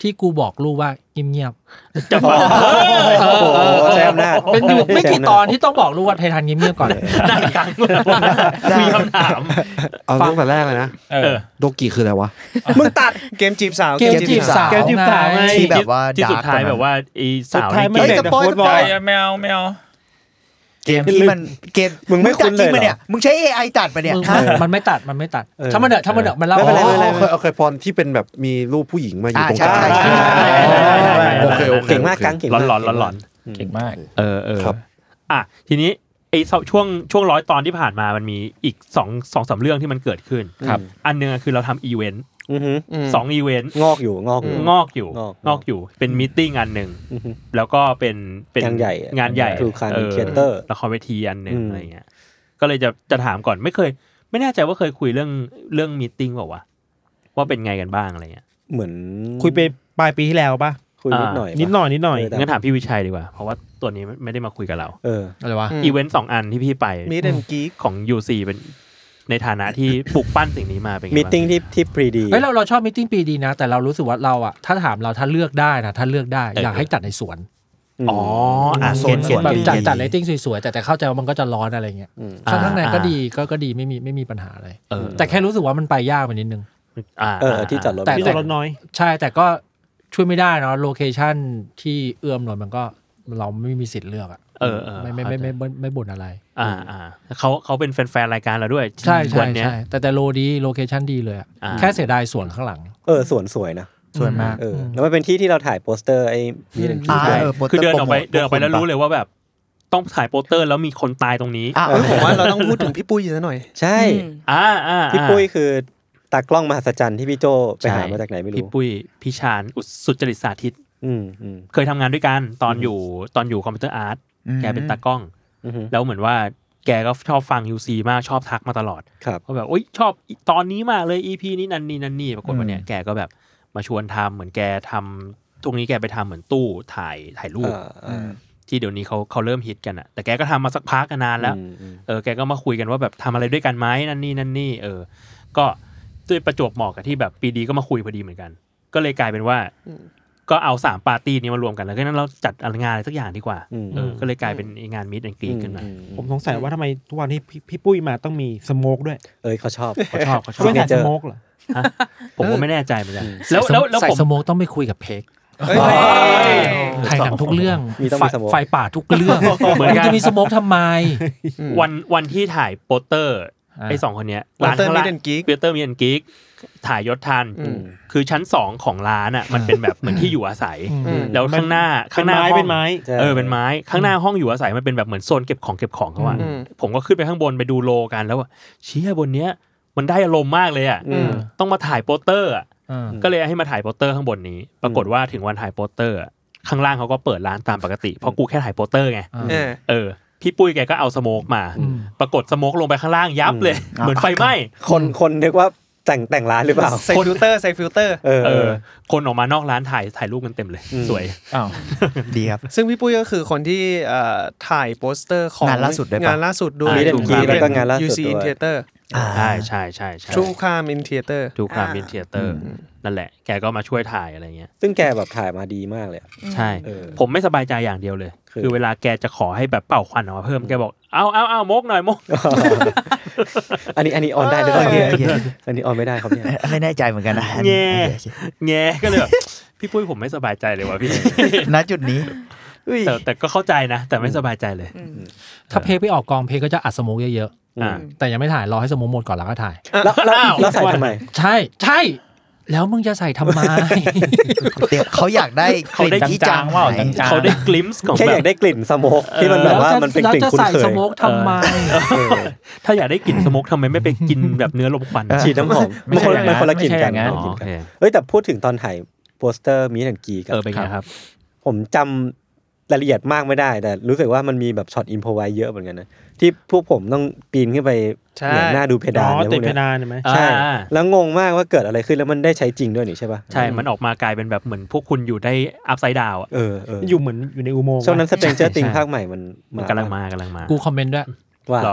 ที่กูบอกลูกว่าเงียบๆจะฟังแซมหน้าเป็นอยู่ไม่กี่ตอนที่ต้องบอกลูกว่าไททันเงียบๆก่อนนั่งกลางมีคำถามเอาตั้งแต่แรกเลยนะโดกิคืออะไรวะมึงตัดเกมจีบสาวไงที่แบบว่าที่สุดท้ายแบบว่าไอ้สาวไม่เด็กโคตรบอยไม่เอาเกมที่มันเกมมึงไม่คุ้นเลยเนี่ยมึงใช้ AI ตัดปะเนี่ยมันไม่ตัดถ้ามันเดอะมันเล่าโอเคพรที่เป็นแบบมีรูปผู้หญิงมาอยู่ตรงกลางโอเคเก่งมากกังเก่งหลอนเก่งมากครับทีนี้ไอ้ช่วง100 ตอนที่ผ่านมามันมีอีก2-3เรื่องที่มันเกิดขึ้นอันนึงคือเราทำอีเวนต์2อีเวนต์งอกอยู่เป็นมีตติ้งอันนึงแล้วก็เป็นงานใหญ่คือคาร์เทเตอร์ละครเวทีอันนึงอะไรเงี้ยก็เลยจะถามก่อนไม่แน่ใจว่าเคยคุยเรื่องมีตติ้งเปล่าวะว่าเป็นไงกันบ้างอะไรเงี้ยเหมือนคุยไปปลายปีที่แล้วป่ะคุยนิดหน่อยงั้นถามพี่วิชัยดีกว่าเพราะว่าตัวนี้ไม่ได้มาคุยกับเราอะไรวะอีเวนต์2อันที่พี่ไปมีเดนกีของ UC เป็นในฐานะที่ปลูกปั้นสิ่งนี้มาเป็นไงมีตติ้งที่พรีดีเราชอบมีตติ้งพรีดีนะแต่เรารู้สึกว่าเราถ้าถามเราถ้าเลือกได้อยากให้จัดในสวนสวนแบบจัดเลตติ้งสวยๆแต่เข้าใจว่ามันก็จะร้อนอะไรเงี้ยข้างในก็ดีก็ดีไม่มีปัญหาอะไรแต่แค่รู้สึกว่ามันไปยากไปนิดนึงที่จอดรถน้อยใช่แต่ก็ช่วยไม่ได้เนาะโลเคชั่นที่เอื้อมหน่อยมันก็เราไม่มีสิทธิ์เลือกไม่บ่นอะไรเขาเป็นแฟนๆรายการเราด้วยใช่แต่โลเคชั่นดีเลยแค่เสียดายสวนข้างหลังสวนสวยนะสวยมากแล้วมันเป็นที่เราถ่ายโปสเตอร์ไอ้มีนกี้คือเดินออกไปแล้วรู้เลยว่าแบบต้องถ่ายโปสเตอร์แล้วมีคนตายตรงนี้ผมว่าเราต้องพูดถึงพี่ปุ้ยซะหน่อยใช่พี่ปุ้ยคือตากล้องมหัศจรรย์ที่พี่โจไปหามาจากไหนไม่รู้พี่ปุ้ยพี่ชาญสุจริตสาธิตเคยทำงานด้วยกันตอนอยู่คอมพิวเตอร์อาร์ตแกเป็นตากล้องแล้วเหมือนว่าแกก็ชอบฟัง UC มากชอบทักมาตลอดก็แบบโอ๊ยชอบตอนนี้มากเลย EP นี้นั่นนี่ปรากฏว่าเนี่ยแกก็แบบมาชวนทำเหมือนแกทำตรงนี้แกไปทำเหมือนตู้ถ่ายรูปที่เดี๋ยวนี้เขาเริ่มฮิตกันอ่ะแต่แกก็ทำมาสักพักนานแล้วแกก็มาคุยกันว่าแบบทำอะไรด้วยกันไหมนั่นนี่ก็ด้วยประจวบเหมาะกับที่แบบปีดีก็มาคุยพอดีเหมือนกันก็เลยกลายเป็นว่าก็เอา3ปาร์ตี้นี้มารวมกันแล้วก็นั้นเราจัดงานอะไรสักอย่างดีกว่าก็เลยกลายเป็นงานมิตแอนด์กรีนขึ้นมาผมสงสัยว่าทำไมทุกวันที่พี่ปุ้ยมาต้องมีสโมกด้วยเขาชอบไม่ถ่ายสโมกเหรอผมก็ไม่แน่ใจเหมือนกันแล้วใส่สโมกต้องไม่คุยกับเพกถ่ายหนังทุกเรื่องไฟป่าทุกเรื่องเหมือนกันจะมีสโมกทำไมวันที่ถ่ายโปสเตอร์ไอ้2คนเนี้ยร้านข้างล่างเปียเตอร์มีแอนกิ๊กถ่ายยศทันคือชั้น2ของร้านอ่ะมันเป็นแบบเหมือนที่อยู่อาศัยแล้วข้างหน้าห้องเป็นไม้เป็นไม้ข้างหน้าห้องอยู่อาศัยมันเป็นแบบเหมือนโซนเก็บของเขาอ่ะผมก็ขึ้นไปข้างบนไปดูโลกันแล้วว่าเชี่ยบนเนี้ยมันได้อารมณ์มากเลยอ่ะต้องมาถ่ายโปสเตอร์อ่ะก็เลยให้มาถ่ายโปสเตอร์ข้างบนนี้ปรากฏว่าถึงวันถ่ายโปสเตอร์ข้างล่างเขาก็เปิดร้านตามปกติเพราะกูแค่ถ่ายโปสเตอร์ไงพี่ปุ้ยแกก็เอาสโมกมาปรากฏสโมกลงไปข้างล่างยับเลยเหมือนไฟไหม้คนนึกว่าแต่งร้านหรือเปล่าใส่ฟิลเตอร์คนออกมานอกร้านถ่ายรูปกันเต็มเลยสวยดีครับซึ่งพี่ปุ้ยก็คือคนที่ถ่ายโปสเตอร์ของงานล่าสุดด้วยมีเดนกีแล้วก็งานล่าสุด UC in Theater ใช่ True Crime in Theater True Crime in Theater นั่นแหละแกก็มาช่วยถ่ายอะไรเงี้ยซึ่งแกแบบถ่ายมาดีมากเลยใช่ผมไม่สบายใจอย่างเดียวเลยคือเวลาแกจะขอให้แบบเป่าควันออกมาเพิ่มแกบอกเอามกหน่อยมกอันนี้ออนได้หรือเปล่าอันนี้ออนไม่ได้ครับเนี่ยไม่แน่ใจเหมือนกันนะแง่ก็เลยแบบพี่ปุ้ยผมไม่สบายใจเลยว่ะพี่ณจุดนี้แต่ก็เข้าใจนะแต่ไม่สบายใจเลยถ้าเพลงไปออกกองเพลงก็จะอัดสโมกเยอะๆแต่ยังไม่ถ่ายรอให้สโมกหมดก่อนแล้วก็ถ่ายแล้วใส่ทำไมใช่แล้วมึงจะใส่ทำไมเขาอยากได้กลิ่นที่จางว่าเขาได้กลิ่นของแค่อยากได้กลิ่นสโมกที่มันแบบว่ามันเป็นกลิ่นคุ้นเคยแล้วจะใส่สโมกทำไมถ้าอยากได้กลิ่นสโมกทำไมไม่ไปกินแบบเนื้อลมควันฉีดน้ำหอมมันคนละกลิ่นกันแต่พูดถึงตอนถ่ายโปสเตอร์มีแอนกี้กับเป็นไงครับผมจำรายละเอียดมากไม่ได้แต่รู้สึกว่ามันมีแบบช็อตอิมโพไวส์เยอะเหมือนกันนะที่พวกผมต้องปีนขึ้นไปหน้าดูเพดานติดเพดานใช่ไหมใช่แล้วงงมากว่าเกิดอะไรขึ้นแล้วมันได้ใช้จริงด้วยนี่ใช่ป่ะใช่มันออกมากลายเป็นแบบเหมือนพวกคุณอยู่ได้อัพไซด์ดาวอ่ะอยู่เหมือนอยู่ในอุโมงค์ช่วงนั้นสเตนเจอร์ติงภาคใหม่มันกำลังมากูคอมเมนต์ด้วยว่า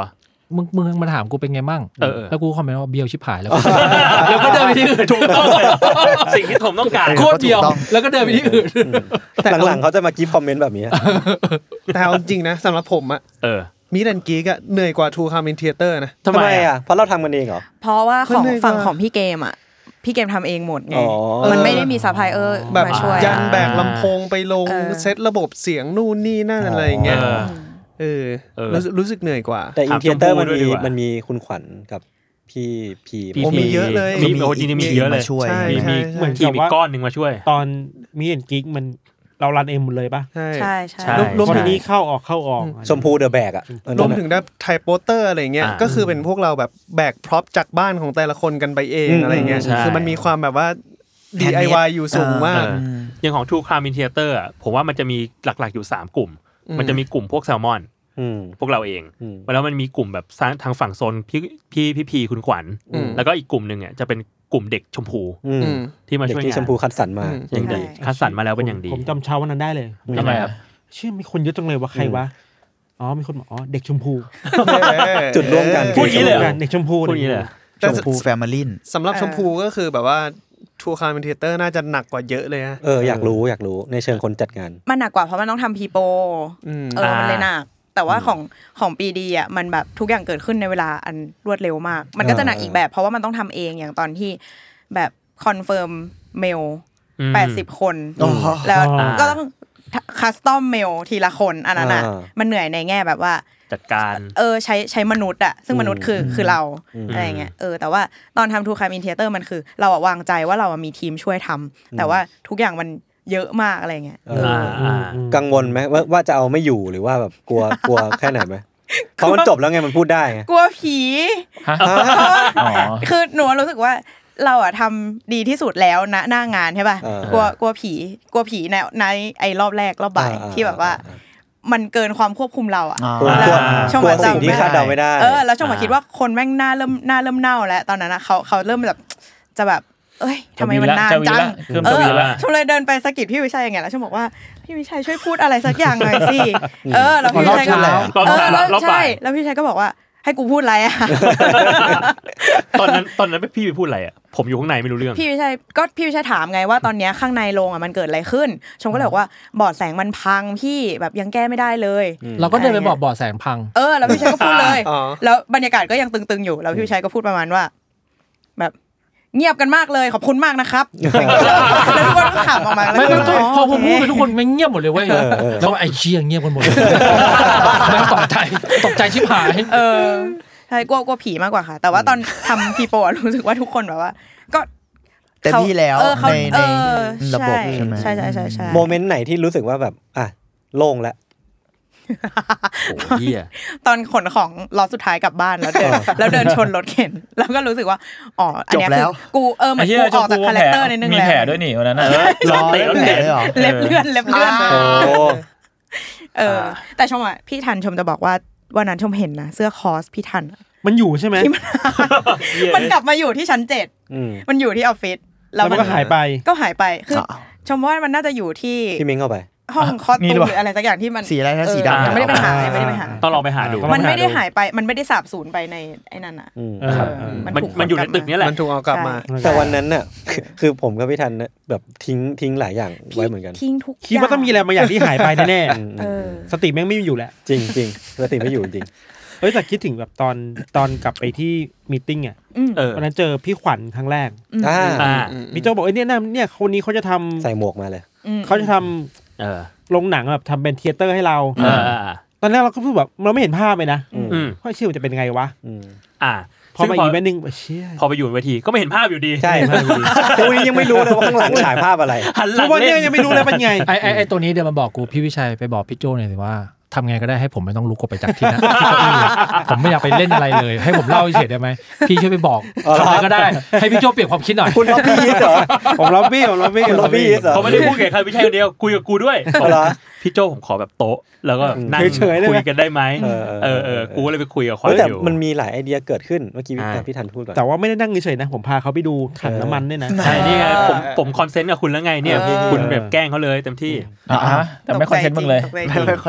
มึงมาถามกูเป็นไงมั่งแล้วกูคอมเมนต์ว่าเบียวชิบหายแล้วก็เดินไปที่อื่นถูกต้องสิ่งที่ผมต้องการโคตรเบียวแล้วก็เดินไปที่อื่นแต่หลังๆเขาจะมากีฟคอมเมนต์แบบนี้แต่เอาจริงนะสำหรับผมอะมีดันกีกเหนื่อยกว่าทูคามินเทเตอร์นะทำไมอ่ะเพราะเราทำกันเองเหรอเพราะว่าของฝั่งของพี่เกมอ่ะพี่เกมทำเองหมดไงมันไม่ได้มีซัพพลายเออร์มาช่วยยันแบกลำโพงไปลงเซตระบบเสียงนู่นนี่นั่นอะไรอย่างเงี้ยรู้สึกเหนื่อยกว่าแต่อินเทเตอร์มันมีคุณขวัญกับพี่มีเยอะเลยมีโอจีนี่มีเยอะเลยช่วยมีเหมือนกับว่าก้อนนึงมาช่วยตอนมีเอ็นกิ๊กมันเรารันเองหมดเลยป่ะใช่รวมถึงนี้เข้าออกชมพูเดอะแบกอ่ะรวมถึงได้ไทยโปสเตอร์อะไรเงี้ยก็คือเป็นพวกเราแบบแบกพร็อพจากบ้านของแต่ละคนกันไปเองอะไรเงี้ยคือมันมีความแบบว่า DIY อยู่สูงมากอย่างของ True Crime Theater อ่ะผมว่ามันจะมีหลักๆอยู่3กลุ่มมันจะมีกลุ่มพวกแซลมอนพวกเราเองแล้วมันมีกลุ่มแบบทางฝั่งโซนพี่คุณขวัญแล้วก็อีกกลุ่มนึงอ่ะจะเป็นกลุ่มเด็กชมพูที่มาช่วยงานชมพูคัดสรรมาอย่างดีคัดสรรมาแล้วเป็นอย่างดีผมจำเช้าวันนั้นได้เลยทำไมครับชื่อมีคนเยอะจังเลยว่าใครวะมีคนบอกเด็กชมพูจุดร่วมกันพูดงี้เลยเด็กชมพูพูดงี้เลยชมพูแฟมิลี่สำหรับชมพูก็คือแบบว่าทูคาร์มินเทเตอร์น่าจะหนักกว่าเยอะเลยฮะอยากรู้ในเชิงคนจัดงานมันหนักกว่าเพราะมันต้องทำพีโปมันเลยหนักแต่ว่าของปีดีอ่ะมันแบบทุกอย่างเกิดขึ้นในเวลาอันรวดเร็วมากมันก็จะหนักอีกแบบเพราะว่ามันต้องทำเองอย่างตอนที่แบบคอนเฟิร์มเมล80คนแล้วก็ต้องคัสตอมเมลทีละคนอันนั้นน่ะมันเหนื่อยในแง่แบบว่าจัดการใช้มนุษย์อ่ะซึ่งมนุษย์คือเราอะไรเงี้ยแต่ว่าตอนทำทูคายมินเทเตอร์มันคือเราวางใจว่าเรามีทีมช่วยทำแต่ว่าทุกอย่างมันเยอะมากอะไรเงี้ยกังวลไหมว่าจะเอาไม่อยู่หรือว่าแบบกลัวแค่ไหนไหมเพราะมันจบแล้วไงมันพูดได้ไงกลัวผีคือหนูรู้สึกว่าเราอะทำดีที่สุดแล้วนะหน้างานใช่ป่ะกลัวผีในไอ้รอบแรกรอบบ่ายที่แบบว่ามันเกินความควบคุมเราอ่ะช่วงสิ่งที่คาดเดาไม่ได้แล้วช่วงมาคิดว่าคนแม่งหน้าเริ่มเน่าแล้วตอนนั้นนะเขาเริ่มแบบจะแบบทำไมมันนานจังช่วงเลยเดินไปสะกิดพี่วิชัยอย่างเงี้ยแล้วช่วงบอกว่าพี่วิชัยช่วยพูดอะไรสักอย่างหน่อยสิแล้วพี่วิชัยก็ใช่แล้วพี่วิชัยก็บอกว่าให้กูพูดอะไรอ่ะตอนนั้นพี่ไปพูดอะไรอ่ะผมอยู่ข้างในไม่รู้เรื่องพี่วิชัยถามไงว่าตอนนี้ข้างในโรงอ่ะมันเกิดอะไรขึ้นชมก็เลยบอกว่าบอร์ดแสงมันพังพี่แบบยังแก้ไม่ได้เลยเราก็เดินไปบอกบอร์ดแสงพังแล้วพี่วิชัยก็พูดเลยแล้วบรรยากาศก็ยังตึงๆอยู่แล้วพี่วิชัยก็พูดประมาณว่าแบบเงียบกันมากเลยขอบคุณมากนะครับแล้วทุกคนก็ขำออกมาแล้วพอผมพูดไปทุกคนไม่เงียบหมดเลยเว้ยแล้วไอ้เชี่ยเงียบกันหมดเลยแล้วตกใจชิบหายใช่กลัวผีมากกว่าค่ะแต่ว่าตอนทำพีโปรู้สึกว่าทุกคนแบบว่าก็เต็มที่แล้วในระบบใช่ไหมใช่โมเมนต์ไหนที่รู้สึกว่าแบบโล่งแล้วตอนขนของล็อตสุดท้ายกลับบ้านแล้วเดินชนรถเข็นแล้วก็รู้สึกว่าอันนี้คือกูเหมือนกูออกจากคาแรคเตอร์นิดนึงแล้วมีแผลด้วยนี่วันนั้นน่ะรถเตะเล็บเลื่อนแต่ชมอ่ะพี่ทันชมจะบอกว่าวันนั้นชมเห็นนะเสื้อคอสพี่ทันมันอยู่ใช่ไหมมันกลับมาอยู่ที่ชั้น7มันอยู่ที่ออฟฟิศแล้วมันก็หายไปคือชมว่ามันน่าจะอยู่ที่พี่เม้งเข้าไปห้องคอสตูมหรืออะไรสักอย่างที่มันสีอะไรนะสีดำไม่ได้ไปหาต้องลองไปหาดูมันไม่ได้หายไปมันไม่ได้สาบสูญไปในไอ้นั่นน่ะมันอยู่ในตึกนี้แหละมันถูกเอากลับมาแต่วันนั้นน่ะคือผมกับพี่ทันแบบทิ้งหลายอย่างไว้เหมือนกันทิ้งทุกอย่างคิดว่าต้องมีอะไรบางอย่างที่หายไปแน่ๆสติแม่งไม่อยู่แล้วจริงสติไม่อยู่จริงแต่คิดถึงแบบตอนกลับไปที่มีตติ้งวันนั้นเจอพี่ขวัญครั้งแรกพี่โจบอกเนี่ยคนนี้เขาจะทำใส่หมวกมาเลยเขาจะทำลงหนังแบบทำเป็นเทเตอร์ให้เราตอนแรกเราก็รู้แบบเราไม่เห็นภาพเลยนะเพราะเชื่อมันจะเป็นไงวะพอมาอีกแป๊บนึงพอไปอยู่บนเวทีก็ไม่เห็นภาพอยู่ดีใช่ภาพอยู่ดีตัวนี้ยังไม่รู้เลยว่าข้างหลังฉายภาพอะไรเพราะว่าเนี่ยยังไม่รู้เลยเป็นไงไอ้ตัวนี้เดี๋ยวมาบอกกูพี่วิชัยไปบอกพี่โจหน่อยสิว่าทำไงก็ได้ให้ผมไม่ต้องลุกออกไปจากที่นั้นผมไม่อยากไปเล่นอะไรเลยให้ผมเล่าเฉยได้ไหมพี่ช่วยไปบอกทำไงก็ได้ให้พี่โจเปลี่ยนความคิดหน่อยคุณล็อบบี้เหรอผมล็อบบี้เหรอเขาไม่ได้พูดแค่ใครไม่ใช่คนเดียวคุยกับกูด้วยพี่โจผมขอแบบโต๊ะแล้วก็นั่งคุยกันได้ไหมกูเลยไปคุยกับเขาอยู่แต่มันมีหลายไอเดียเกิดขึ้นเมื่อกี้พี่ทันพูดก่อนแต่ว่าไม่ได้นั่งเฉยๆนะผมพาเขาไปดูถังน้ำมันด้วยนะใช่นี่ไงผมคอนเซนต์กับคุณแล้วไงเนี่ยคุณแบบแกล้งเขาเลยเต็มที่แต่ไม่คอนเทนต์มึงเลยไม่คอนเทนต์ยศ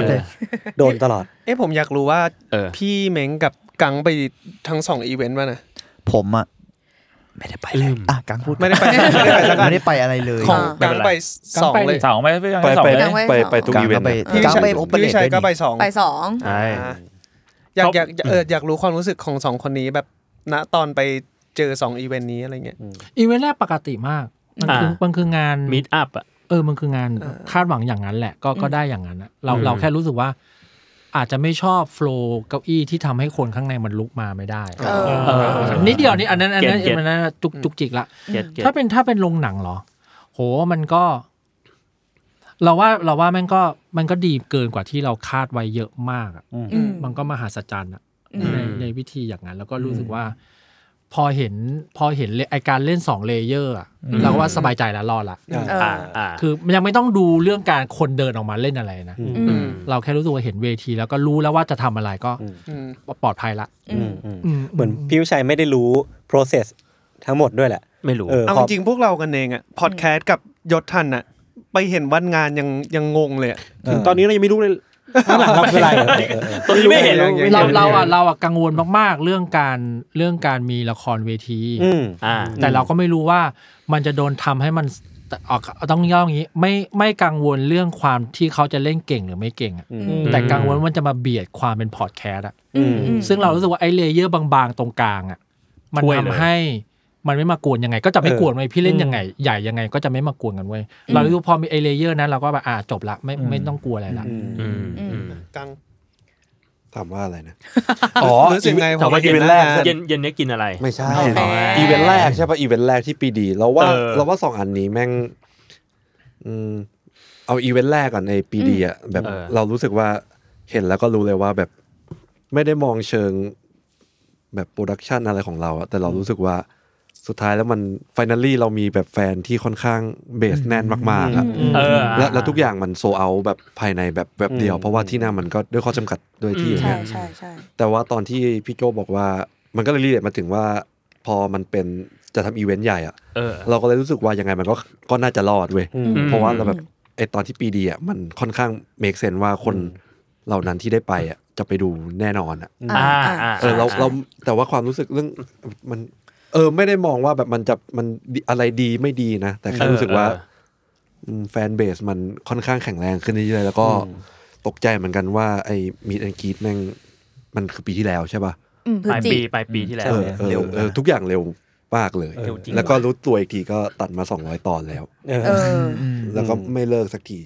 เลยโดนตลอดผมอยากรู้ว่าพี่เม้งกับกังไปทั้ง2อีเวนต์ป่ะนะผมอ่ะไม่ได้ไปเลยกังพูดไม่ได้ไปอะไรเลยของกังไป2เลย 2 ไปทุกอีเวนต์กังไปโอเปเรตชัยก็ไป2 ใช่อยากรู้ความรู้สึกของ2คนนี้แบบณตอนไปเจอ2อีเวนต์นี้อะไรเงี้ยอีเวนต์แรกปกติมากมันคืองานมีตอัพอ่ะมันคืองานคาดหวังอย่างนั้นแหละก็ได้อย่างนั้นเราแค่รู้สึกว่าอาจจะไม่ชอบโฟลว์เก้าอี้ที่ทำให้คนข้างในมันลุกมาไม่ได้นิดเดียวนี่อันนั้นมันจุกจิกละถ้าเป็นโรงหนังเหรอโหมันก็เราว่ามันก็ดีเกินกว่าที่เราคาดไว้เยอะมากอ่ะมันก็มหัศจรรย์อ่ะในวิธีอย่างนั้นแล้วก็รู้สึกว่าพอเห็นไอการเล่น2เลเยอร์อ่ะเราก็ว่าสบายใจแล้วรอดละคือมันยังไม่ต้องดูเรื่องการคนเดินออกมาเล่นอะไรนะเราแค่รู้สึกว่าเห็นเวทีแล้วก็รู้แล้วว่าจะทำอะไรก็ปลอดภัยละเหมือนพี่วิชัยไม่ได้รู้ process ทั้งหมดด้วยแหละไม่รู้เอาจริงพวกเรากันเองอ่ะพอดแคสต์กับยศทันอ่ะไปเห็นวันงานยังงงเลยถึงตอนนี้เรายังไม่รู้เลยข้างหลังเราคืออะไรตอนนี้ไม่เห็นเรากังวลมากๆเรื่องการมีละครเวทีแต่เราก็ไม่รู้ว่ามันจะโดนทำให้มันต้องย่ออย่างนี้ไม่กังวลเรื่องความที่เขาจะเล่นเก่งหรือไม่เก่งแต่กังวลว่ามันจะมาเบียดความเป็นพอดแคสต์ซึ่งเรารู้สึกว่าไอ้เลเยอร์บางๆตรงกลางมันทำให้มันไม่มากวนยังไงก็จะไม่กวนเว้ยพี่เล่นยังไงใหญ่ยังไงก็จะไม่มากวนกันเว้ยเรารู้พอมีไอเลเยอร์นั้นเราก็แบบจบละไม่ต้องกลัวอะไรละกังถามว่าอะไรนะรู้สึกไงผมว่าอีเวนต์แรกเย็นนี้กินอะไรไม่ใช่อีเวนต์แรกใช่ป่ะอีเวนต์แรกที่ปีดีเราว่า2อันนี้แม่งเอาอีเวนต์แรกก่อนในปีดีอ่ะแบบเรารู้สึกว่าเห็นแล้วก็รู้เลยว่าแบบไม่ได้มองเชิงแบบโปรดักชันอะไรของเราอะแต่เรารู้สึกว่าสุดท้ายแล้วมันไฟนัลลี่เรามีแบบแฟนที่ค่อนข้างเบสแน่นมากๆอะแล้วทุกอย่างมันโซเอาแบบภายในแบบเดียวเพราะว่าที่หน้ามันก็ด้วยข้อจำกัดด้วยที่อย่างเงี้ยแต่ว่าตอนที่พี่โจบอกว่ามันก็เลยรีเลทมาถึงว่าพอมันเป็นจะทำอีเวนต์ใหญ่อะเราก็เลยรู้สึกว่ายังไงมันก็น่าจะรอดเว้ยเพราะว่าเราแบบไอตอนที่ปีดีอะมันค่อนข้างเมคเซนส์ว่าคนเหล่านั้นที่ได้ไปอะจะไปดูแน่นอนอ่ะเราแต่ว่าความรู้สึกเรื่องมันไม่ได้มองว่าแบบมันอะไรดีไม่ดีนะแต่แค่รู้สึกว่าแฟนเบสมันค่อนข้างแข็งแรงขึ้นเรื่อยๆแล้วก็ตกใจเหมือนกันว่าไอ้มีดแอนด์กีดแม่งมันคือปีที่แล้วใช่ป่ะปลายปีที่แล้วเร็วทุกอย่างเร็วมากเลยแล้วก็รู้ตัวอีกทีก็ตัดมา200ตอนแล้วแล้วก็ไม่เลิกสักที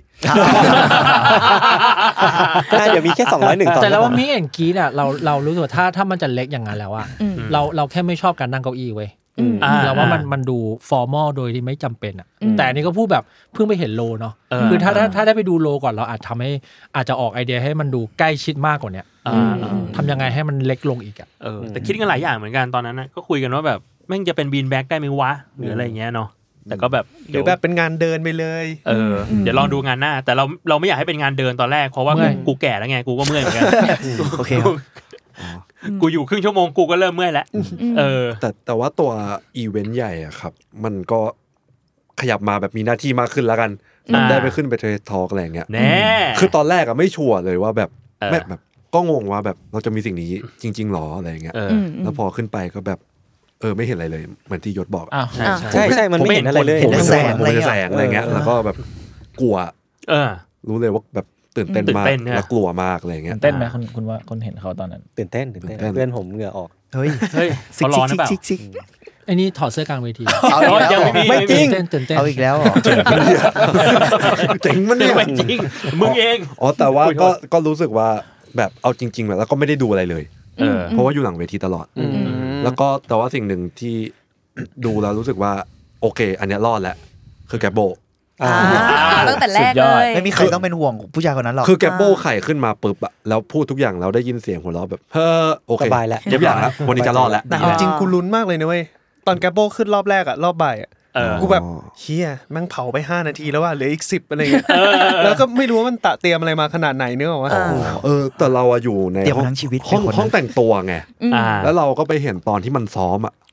เดี๋ยวมีแค่201ตอนแต่แล้วว่ามิแอนกีดอ่ะเรารู้สึกว่าถ้ามันจะเล็กอย่างนั้นแล้วอ่ะเราแค่ไม่ชอบการนั่งเก้าอี้เว้ยเราว่ามันดูฟอร์มอลโดยที่ไม่จำเป็นอ่ะแต่อันนี้ก็พูดแบบเพิ่งไปเห็นโลเนาะคือถ้าได้ไปดูโลก่อนเราอาจจะออกไอเดียให้มันดูใกล้ชิดมากกว่านี้ทำยังไงให้มันเล็กลงอีกอ่ะแต่คิดกันหลายอย่างเหมือนกันตอนนั้นนะก็คุยกันว่าแบบแม่งจะเป็นบีนแบ็กได้ไหมวะหรืออะไรเงี้ยเนาะแต่ก็แบบหรือแบบเป็นงานเดินไปเลยเดี๋ยวลองดูงานหน้าแต่เราไม่อยากให้เป็นงานเดินตอนแรกเพราะว่ากูแก่แล้วไงกูก็เมื่อยเหมือนกันโอเคกูอยู่ครึ่งชั่วโมงกูก็เริ่มเมื่อยแล้วแต่ว่าตัวอีเวนต์ใหญ่อะครับมันก็ขยับมาแบบมีหน้าที่มากขึ้นแล้วกันได้ไปขึ้นไปเทรดทอล์กอะไรเงี้ยคือตอนแรกอะไม่ชัวร์เลยว่าแบบก็งงว่าแบบเราจะมีสิ่งนี้จริงๆหรออะไรเงี้ยแล้วพอขึ้นไปก็แบบไม่เห็นอะไรเลยเหมือนที่ยศบอกใช่มันไม่เห็นอะไรเลยผมแสงอะไรเงี้ยแล้วก็แบบกลัวรู้เลยว่าแบบตื่นเต้นมากแล้วกลัวมากอะไรเงี้ยตื่นเต้นไหมคุณว่าคนเห็นเขาตอนนั้นตื่นเต้นเพื่อนผมเหงื่อออกเฮ้ยเขาร้อนหรือเปล่าไอ้นี่ถอดเสื้อกลางเวทีไม่จริงเอาอีกแล้วเจ๋งมันเนี่ยไม่จริงมึงเองแต่ว่าก็รู้สึกว่าแบบเอาจริงๆแล้วก็ไม่ได้ดูอะไรเลยเพราะว่าอยู่หลังเวทีตลอดแล้วก็แต่ว่าสิ่งหนึ่งที่ดูแล้วรู้สึกว่าโอเคอันนี้รอดแล้วคือแกโบตั้งแต่แรกเลยไม่มีใครต้องเป็นห่วงผู้ชายคนนั้นหรอกคือแกโบไข่ขึ้นมาปุ๊บอะแล้วพูดทุกอย่างเราได้ยินเสียงหัวเราะแบบโอเคสบายแล้วทุกอย่างแล้ววันนี้จะรอดแล้วแต่จริงกูลุ้นมากเลยนะเว้ยตอนแกโบขึ้นรอบแรกอะรอบบ่ายอะกูแบบเฮียแม่งเผาไป5นาทีแล้วว่าเหลืออีก10อะไรเงี้ยแล้วก็ไม่รู้ว่ามันตะเตรียมอะไรมาขนาดไหนเนื้อวะแต่เราอยู่ในห้องแต่งตัวไงแล้วเราก็ไปเห็นตอนที่มันซ้อมอะ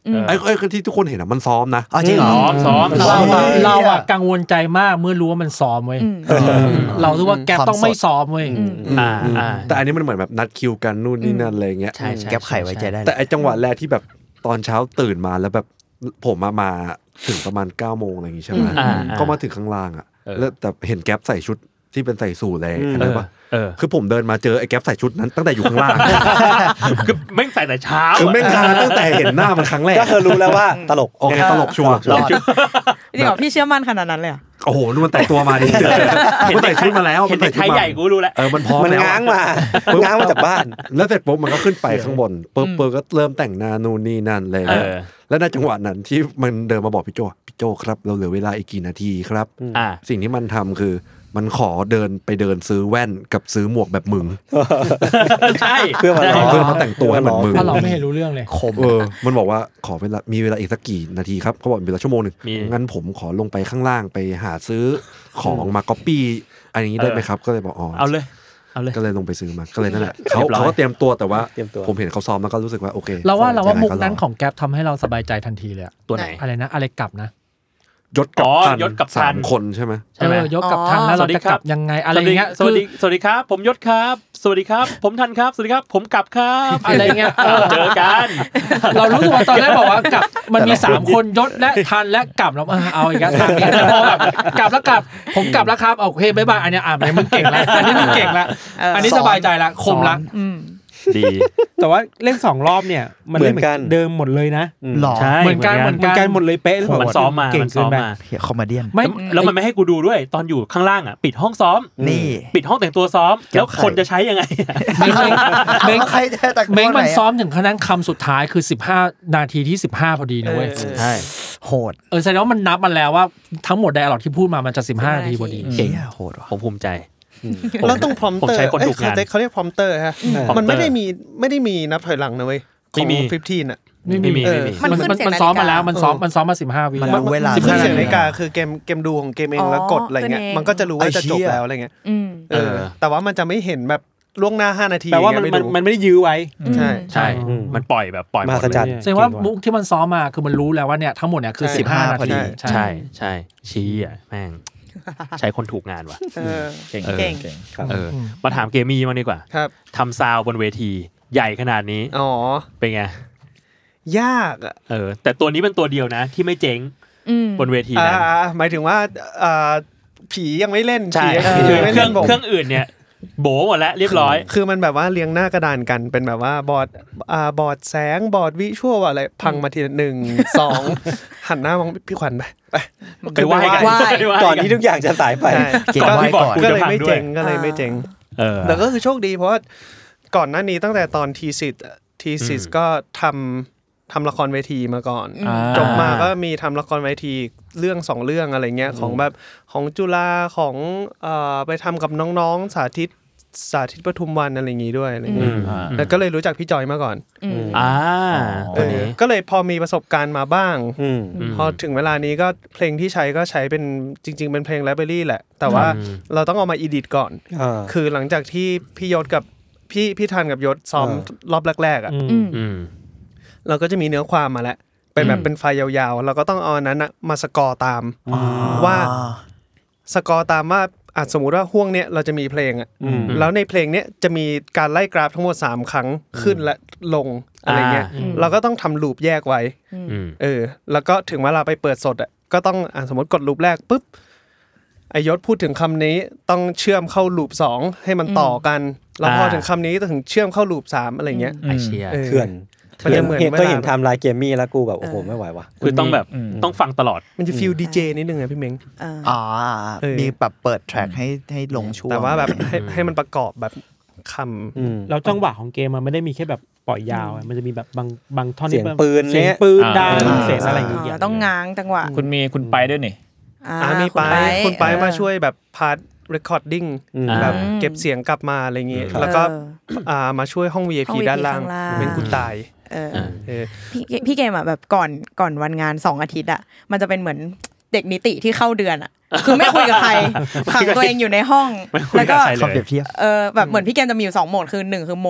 ไอ้ที่ทุกคนเห็นมันซ้อมนะจริงเหรอซ้อมเราอะกังวลใจมากเมื่อรู้ว่ามันซ้อมเว้ยเราคิดว่าแก๊ปต้องไม่ซ้อมเว้ยแต่อันนี้มันเหมือนแบบนัดคิวกันนู่นนี่นั่นอะไรเงี้ยแก๊ปไข่ไว้ใจได้แต่ไอ้จังหวะแรกที่แบบตอนเช้าตื่นมาแล้วแบบผมมาถึงประมาณ 9 โมงอะไรอย่างงี้ใช่ไหมก็มาถึงข้างล่างอ่ะแล้วแต่เห็นแก๊ปใส่ชุดที่เป็นใส่สูทเลยเข้าใจปะคือผมเดินมาเจอไอ้แก๊ปใส่ชุดนั้นตั้งแต่อยู่ข้างล่างคือแม่งใส่แต่เช้าคือแม่งทาตั้งแต่เห็นหน้ามันครั้งแรกก็คือรู้แล้วว่าตลกโอเคตลกชัวร์จริงเหรอพี่เชื่อมั่นขนาดนั้นเลยโอ้โหนู่นมันแต่งตัวมาดิเห็นใส่ชุดมาแล้วเห็นไทยใหญ่กูรู้แล้วมันพร้อมมันง้างมาจากบ้านแล้วเสร็จปุ๊บมันก็ขึ้นไปข้างบนปุ๊บก็เริ่มแต่งหน้านู่นนี่นั่นเลยแล้วในจังหวะนั้นที่มันเดินมาบอกพี่โจครับเราเหลือเวลาอีกกี่นาทีครับสิ่งที่มันทำคือมันขอเดินซื้อแว่นกับซื้อหมวกแบบมึงใช่เพื่อมาแต่งตัวให้เหมือนมึงเราไม่เห็นรู้เรื่องเลยมันบอกว่าขอเวลามีเวลาอีกสักกี่นาทีครับเขาบอกมีเวลาชั่วโมงนึงงั้นผมขอลงไปข้างล่างไปหาซื้อของมาก๊อปปี้อะไรอย่างนี้ได้ไหมครับก็เลยบอกเอาเลยก็เลยลงไปซื้อมาก็เลยนั่นแหละเขาก็เตรียมตัวแต่ว่าผมเห็นเขาซ้อมแล้วก็รู้สึกว่าโอเคเราว่ามุกนั้นของแก๊ปทำให้เราสบายใจทันทีเลยตัวไหนอะไรนะอะไรกลับนะยศกับทัน3 คนใช่ไหมยศกับทันแล้วเราจะกลับยังไงอะไรเงี้ยสวัสดีครับผมยศครับสวัสดีครับผมทันครับสวัสดีครับผมกลับครับอะไรเงี้ยเจอกันเรารู้สึกว่าตอนแรกบอกว่ากลับมันมี3 คนยศและทันและกลับแล้วเอาอีกแล้วพอแบบกลับแล้วกลับผมกลับแล้วครับโอเคบ๊ายบายอันนี้มึงเก่งแล้วอันนี้มึงเก่งแล้วอันนี้สบายใจละคมละดีแต่ว่าเล่น2 รอบเนี่ยมันเหมือนกันเดิมหมดเลยนะใช่เหมือนกันหมดเลยเป๊ะมันซ้อมมาเก่งขึ้นไปคอมเมดี้ไม่แล้วมันไม่ให้กูดูด้วยตอนอยู่ข้างล่างอ่ะปิดห้องซ้อมนี่ปิดห้องแต่งตัวซ้อมแล้วคนจะใช้ยังไงเม้งมันซ้อมถึงขนาดคำสุดท้ายคือ15 นาทีที่15พอดีนะเว้ยใช่โหดแสดงว่ามันนับมันแล้วว่าทั้งหมดไดอะล็อกที่พูดมามันจะ15 นาทีพอดีเก่งโหดผมภูมิใจแล้วต้องพรอมเตอร์เขาเรียกพรอมเตอร์ฮะมันไม่ได้มีนับถอยหลังนะเว้ยของ15อ่ะไม่มีมันซ้อมมาแล้วมันซ้อมมา15 วิแล้วเวลา 15 เสียงนาฬิกาคือเกมดูของเกมเองแล้วกดอะไรเงี้ยมันก็จะรู้ว่าจะจบแล้วอะไรเงี้ยแต่ว่ามันจะไม่เห็นแบบล่วงหน้า5 นาทีแปลว่ามันไม่ได้ยื้อไว้ใช่มันปล่อยแบบปล่อยมหัศจรรย์แสดงว่ามุกที่มันซ้อมมาคือมันรู้แล้วว่าเนี่ยทั้งหมดเนี่ยคือ15 นาทีใช่ชี้อ่ะแม่งใช้คนถูกงานว่ะเก่งมาถามเกมี่มาดีกว่าทำซาวบนเวทีใหญ่ขนาดนี้เป็นไงยากอ่ะแต่ตัวนี้เป็นตัวเดียวนะที่ไม่เจ๊งบนเวทีนั้นหมายถึงว่าผียังไม่เล่นผีเครื่องอื่นเนี่ยโบหมดแล้วเรียบร้อยคือมันแบบว่าเรียงหน้ากระดานกันเป็นแบบว่าบอร์ดแสงบอร์ดวิชวลอะไรพังมาที1 2หันหน้ามองพี่ขวัญไปไหว้ก่อนที่ทุกอย่างจะสายไปก็เลยไม่เจ๋งแต่ก็คือโชคดีเพราะว่าก่อนหน้านี้ตั้งแต่ตอนทีสิสก็ทำละครเวทีมาก่อนจบมาก็มีทำละครเวทีเรื่อง2 เรื่องอะไรเงี้ยของแบบของจุฬาของไปทำกับน้องๆสาธิตปทุมวันอะไรอย่างงี้ด้วยอะไรเงี้ยแล้วก็เลยรู้จักพี่จอยมาก่อนก็เลยพอมีประสบการณ์มาบ้างพอถึงเวลานี้ก็เพลงที่ใช้ก็ใช้เป็นจริงๆเป็นเพลงไลบรารีแหละแต่ว่าเราต้องเอามาอีดิทก่อนคือหลังจากที่พี่ยศกับพี่ทันกับยศซ้อมรอบแรกๆอ่ะเราก็จะมีเนื้อความมาแล้วเป็นแบบเป็นไฟล์ยาวๆเราก็ต้องเอาอันนั้นมาสกอร์ตามว่าสกอร์ตามว่าสมมุติว่าห่วงเนี้ยเราจะมีเพลงอ่ะแล้วในเพลงเนี้ยจะมีการไล่กราฟทั้งหมด3 ครั้งขึ้นและลงอะไรเงี้ยเราก็ต้องทำลูปแยกไว้แล้วก็ถึงเวลาไปเปิดสดอ่ะก็ต้องสมมติกดลูปแรกปุ๊บไอยศพูดถึงคำนี้ต้องเชื่อมเข้าลูป2ให้มันต่อกันแล้วพอถึงคำนี้ก็ถึงเชื่อมเข้าลูป3อะไรเงี้ยเขื่อนก็เห็นไทม์ไลน์เกมมี่แล้วกูแบบโอ้โหไม่ไหวว่ะคือต้องแบบต้องฟังตลอดมันจะฟีลดีเจนิดนึงพี่เม้งมีแบบเปิดแทร็กให้ลงช่วงแต่ว่าแบบให้มันประกอบแบบคำแล้วจังหวะของเกมมันไม่ได้มีแค่แบบปล่อยยาวมันจะมีแบบบางท่อนเสียงปืนดังเสียงอะไรอย่างเงี้ยต้องง้างจังหวะคุณไปด้วยนี่มีไปคุณไปมาช่วยแบบพาร์ทrecording แบบเก็บเสียงกลับมาอะไรเงี้ยแล้วก็มาช่วยห้อง VIP ด้านล่างเป็นกูตายพี่เกมแบบก่อนวันงาน2 อาทิตย์มันจะเป็นเหมือนเด็กนิติที่เข้าเดือนคือไม่คุยกับใครขังตัวเองอยู่ในห้องแล้วก็เปรียบเทียบแบบเหมือนพี่เกมจะมีอยู่2 โหมดคือ1คือโหมด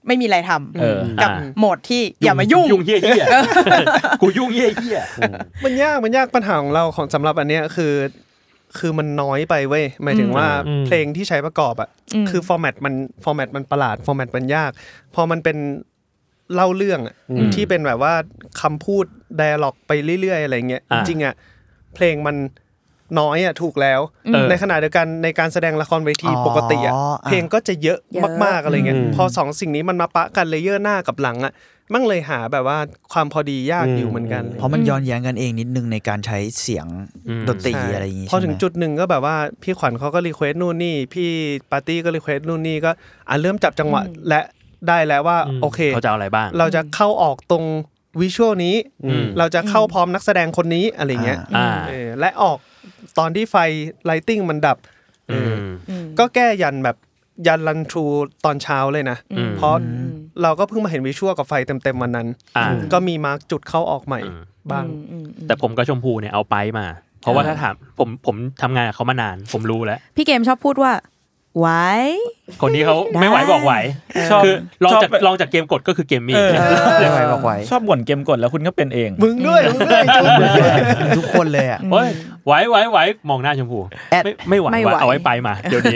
ไม่มีอะไรทำกับโหมดที่อย่ามายุ่งเหี้ยกูยุ่งเหี้ยมันยากปัญหาของเราของสำหรับอันเนี้ยคือมันน้อยไปเว้ยหมายถึงว่าเพลงที่ใช้ประกอบอ่ะคือฟอร์แมตมันประหลาดฟอร์แมตมันยากพอมันเป็นเล่าเรื่องที่เป็นแบบว่าคำพูดไดอะล็อกไปเรื่อยๆอะไรเงี้ยจริงๆอ่ะเพลงมันน้อยอ่ะถูกแล้วในขณะเดียวกันในการแสดงละครเวทีปกติอ่ะเพลงก็จะเยอะมากๆอะไรเงี้ยพอสองสิ่งนี้มันมาปะกันเลเยอร์หน้ากับหลังอ่ะมั่งเลยหาแบบว่าความพอดียากอยู่เหมือนกันเพราะมันย้อนแย้งกันเองนิดนึงในการใช้เสียงดนตรีอะไรอย่างงี้พอถึงจุดหนึ่งก็แบบว่าพี่ขวัญเขาก็รีเควสนู่นนี่พี่ปาร์ตี้ก็รีเควสนู่นนี่ก็เริ่มจับจังหวะและได้แล้วว่าโอเคเขาจะเอาอะไรบ้างเราจะเข้าออกตรงวิชวลนี้เราจะเข้าพร้อมนักแสดงคนนี้อะไรเงี้ยและออกตอนที่ไฟไลติ้งมันดับก็แก้ยันรันทรูตอนเช้าเลยนะเพราะเราก็เพิ่งมาเห็นวิชวลกับไฟเต็มๆวันนั้นก็มีมาร์กจุดเข้าออกใหม่บ้างแต่ผมกับชมพูเนี่ยเอาไปมาเพราะว่าถ้าถามผมทำงานกับเขามานานผมรู้แล้วพี่เกมชอบพูดว่าไหวคนนี้เขาไม่ไหวบอกไหวคือลองจากเกมกดก็คือเกมมิ่งไม่ไหวบอกไหวชอบบ่นเกมกดแล้วคุณก็เป็นเองมึงด้วยทุกคนเลยอ่ะไหวมองหน้าชมพูไม่ไหวเอาไว้ไปมาเดี๋ยวนี้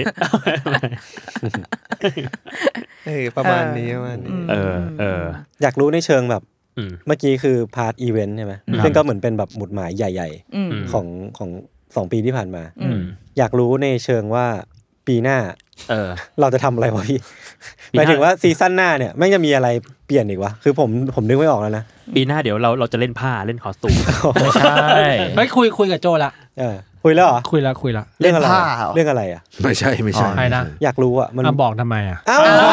ประมาณนี้อยากรู้ในเชิงแบบเมื่อกี้คือพาร์ทอีเวนต์ใช่ไหมซึ่งก็เหมือนเป็นแบบหมุดหมายใหญ่ๆของ2 ปีที่ผ่านมาอยากรู้ในเชิงว่าปีหน้าเราจะทำอะไรวะพี่หมายถึงว่าซีซั่นหน้าเนี่ยไม่จะมีอะไรเปลี่ยนอีกวะคือผมนึกไม่ออกแล้วนะปีหน้าเดี๋ยวเราจะเล่นผ้าเล่นคอสตูมไม่ใช่ไม่คุยกับโจละคุยแล้วเหรอคุยแล้วเรื่องอะไรเรื่องอะไรอ่ะไม่ใช่ใครนะอยากรู้อ่ะมันบอกทำไมอ่ะ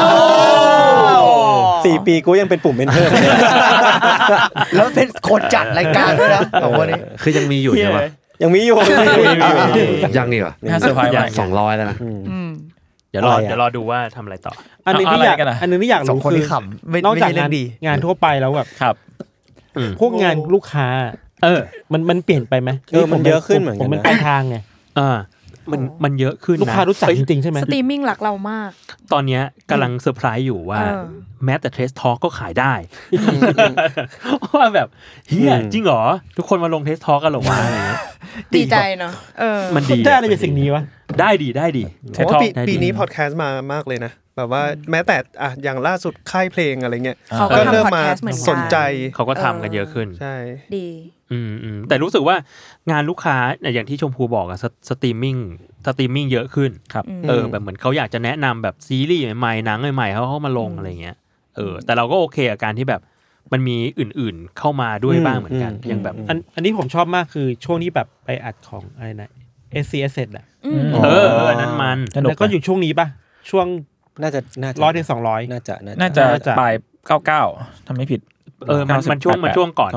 4 ปีกูยังเป็นปุ่มเมนเทอร์แล้วเป็นคนจัดรายการด้วยนะของวันนี้คือยังมีอยู่ใช่ปะยังมีอยู่ยังนี่เหรอ200แล้วนะเดี๋ยวรอดูว่าทำอะไรต่ออันนึงที่อยากรู้คือนอกจากงานทั่วไปแล้วแบบครับพวกงานลูกค้ามันเปลี่ยนไปไหมมันเยอะขึ้นเหมือนกันผมมันไปทางไงมันเยอะขึ้นนะลูกค้ารู้จักจริงๆใช่ไหมสตรีมมิ่งรักเรามากตอนนี้กำลังเซอร์ไพรส์อยู่ว่าแม้แต่เทสทอล์กก็ขายได้ว่าแบบเฮียจริงเหรอทุกคนมาลงเทสทอล์กกันหรอวะอะไรเงี้ยดีใจเนาะมันดีได้อะไรจากสิ่งนี้วะได้ดีเพราะปีนี้พอดแคสต์มามากเลยนะแบบว่าแม้แต่อย่างล่าสุดค่ายเพลงอะไรเงี้ยก็เริ่มมาสนใจเขาก็ทำกันเยอะขึ้นใช่ดีแต่รู้สึกว่างานลูกค้าอย่างที่ชมพูบอกอะสตรีมมิ่งเยอะขึ้นครับแบบเหมือนเขาอยากจะแนะนำแบบซีรีส์ใหม่ๆหนังใหม่ๆเขามาลงอะไรเงี้ยแต่เราก็โอเคกับการที่แบบมันมีอื่นๆเข้ามาด้วยบ้างเหมือนกันอย่างแบบอันนี้ผมชอบมากคือช่วงที่แบบไปอัดของอะไรนะ SCS อ่ะนั้นมันแล้วก็อยู่ช่วงนี้ป่ะช่วงน่าจะ 100 ถึง 200 น่าจะปลาย99ทำไม่ผิดมันช่วงก่อน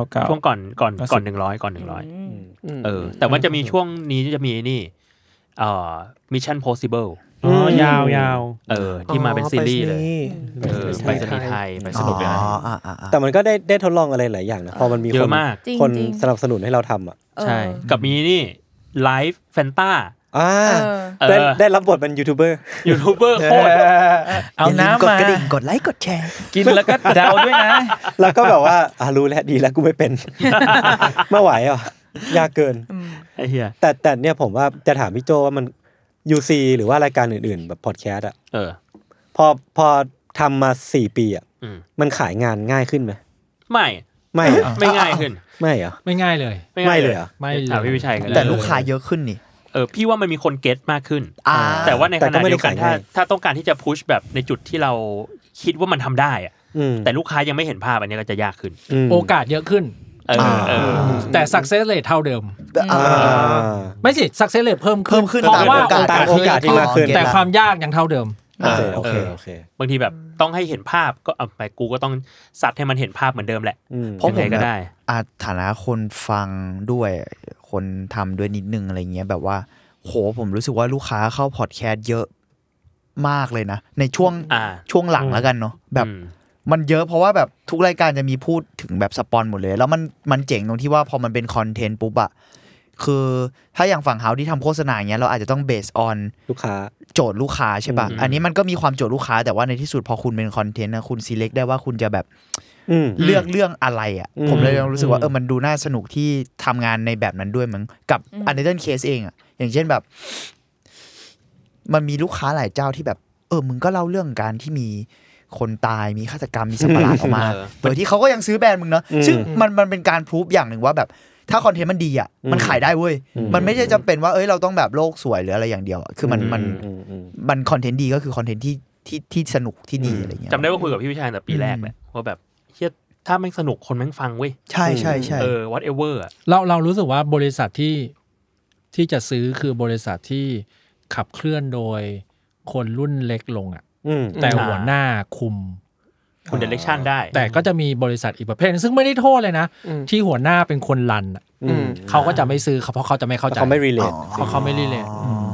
100แต่ว่าจะมีช่วงนี้จะมีนี่Mission Possible ยาวที่มาเป็นซีรีส์เลยไปสนิทไทยไปสนุกเลยแต่มันก็ได้ทดลองอะไรหลายอย่างนะพอมันมีคนสนับสนุนให้เราทำอ่ะใช่กับมีนี่ไลฟ์แฟนต้าได้รับบทเป็นยูทูบเบอร์โคตรเอาน้ำมากดกระดิ่งกดไลค์กดแชร์กินแล้วก็ดาวด้วยนะแล้วก็แบบว่ารู้แล้วดีแล้วกูไม่เป็นไม่ไหวอ่ะยากเกินไอ้เหี้ยแต่เนี่ยผมว่าจะถามพี่โจว่ามัน UC หรือว่ารายการอื่นๆแบบพอดแคสต์อ่ะพอทำมา4 ปีอ่ะมันขายงานง่ายขึ้นไหมไม่ง่ายขึ้นไม่เหรอไม่ง่ายเลยไม่เลยเหรอไม่เลยพี่วิชัยกันแต่ลูกค้าเยอะขึ้นนี่พี่ว่ามันมีคนเก็ตมากขึ้นแต่ว่าในขณะเดียวกันถ้าต้องการที่จะพุชแบบในจุดที่เราคิดว่ามันทำได้อ่ะแต่ลูกค้ายังไม่เห็นภาพอันนี้ก็จะยากขึ้นโอกาสเยอะขึ้นแต่ success rate เท่าเดิมไม่สิ success rate เพิ่มขึ้นเพราะว่าโอกาสที่มากขึ้นแต่ความยากยังเท่าเดิมโอเคบางทีแบบต้องให้เห็นภาพก็เอาไปกูก็ต้องซัดให้มันเห็นภาพเหมือนเดิมแหละเพราะผมก็ได้ฐานะคนฟังด้วยคนทำด้วยนิดนึงอะไรเงี้ยแบบว่าโหผมรู้สึกว่าลูกค้าเข้าพอดแคสต์เยอะมากเลยนะในช่วงหลังแล้วกันเนาะแบบมันเยอะเพราะว่าแบบทุกรายการจะมีพูดถึงแบบสปอนหมดเลยแล้วมันเจ๋งตรงที่ว่าพอมันเป็นคอนเทนต์ปุ๊บอะคือถ้าอย่างฝั่งเฮาที่ทำโฆษณาอย่างเงี้ยเราอาจจะต้อง based on ลูกค้าโจทย์ลูกค้าใช่ป่ะอันนี้มันก็มีความโจทย์ลูกค้าแต่ว่าในที่สุดพอคุณเป็นคอนเทนต์นะคุณ select ได้ว่าคุณจะแบบเลือกเรื่องอะไรอ่ะผมเลยรู้สึกว่ามันดูน่าสนุกที่ทำงานในแบบนั้นด้วยมั้งกับอันเดอร์เคสเองอ่ะอย่างเช่นแบบมันมีลูกค้าหลายเจ้าที่แบบมึงก็เล่าเรื่องการที่มีคนตายมีฆาตกรรมมีสัตว์ประหลาดออกมาโดยที่เขาก็ยังซื้อแบรนด์มึงเนาะซึ่งมันเป็นการพรูฟอย่างหนึ่งว่าแบบถ้าคอนเทนต์มันดีอ่ะมันขายได้เว้ยมันไม่ใช่จำเป็นว่าเราต้องแบบโลกสวยหรืออะไรอย่างเดียวคือมันคอนเทนต์ดีก็คือคอนเทนต์ที่สนุกที่ดีอะไรเงี้ยจำได้ว่าคุยกับพี่วิชัยแต่ปีแรกแหละว่าแบบเฮียถ้าแม่งสนุกคนแม่งฟังเว้ยใช่ใช่ใช่ whatever อ่ะเรารู้สึกว่าบริษัทที่จะซื้อคือบริษัทที่ขับเคลื่อนโดยคนรุ่นเล็กลงอ่ะแต่หัวหน้าคุมคุณdirection ได้แต่ก็จะมีบริษัทอีกประเภทซึ่งไม่ได้โทษเลยนะที่หัวหน้าเป็นคนรันเขาก็จะไม่ซื้อเพราะเขาจะไม่เข้าใจเขาไม่ relate เพราะเขาไม่ relate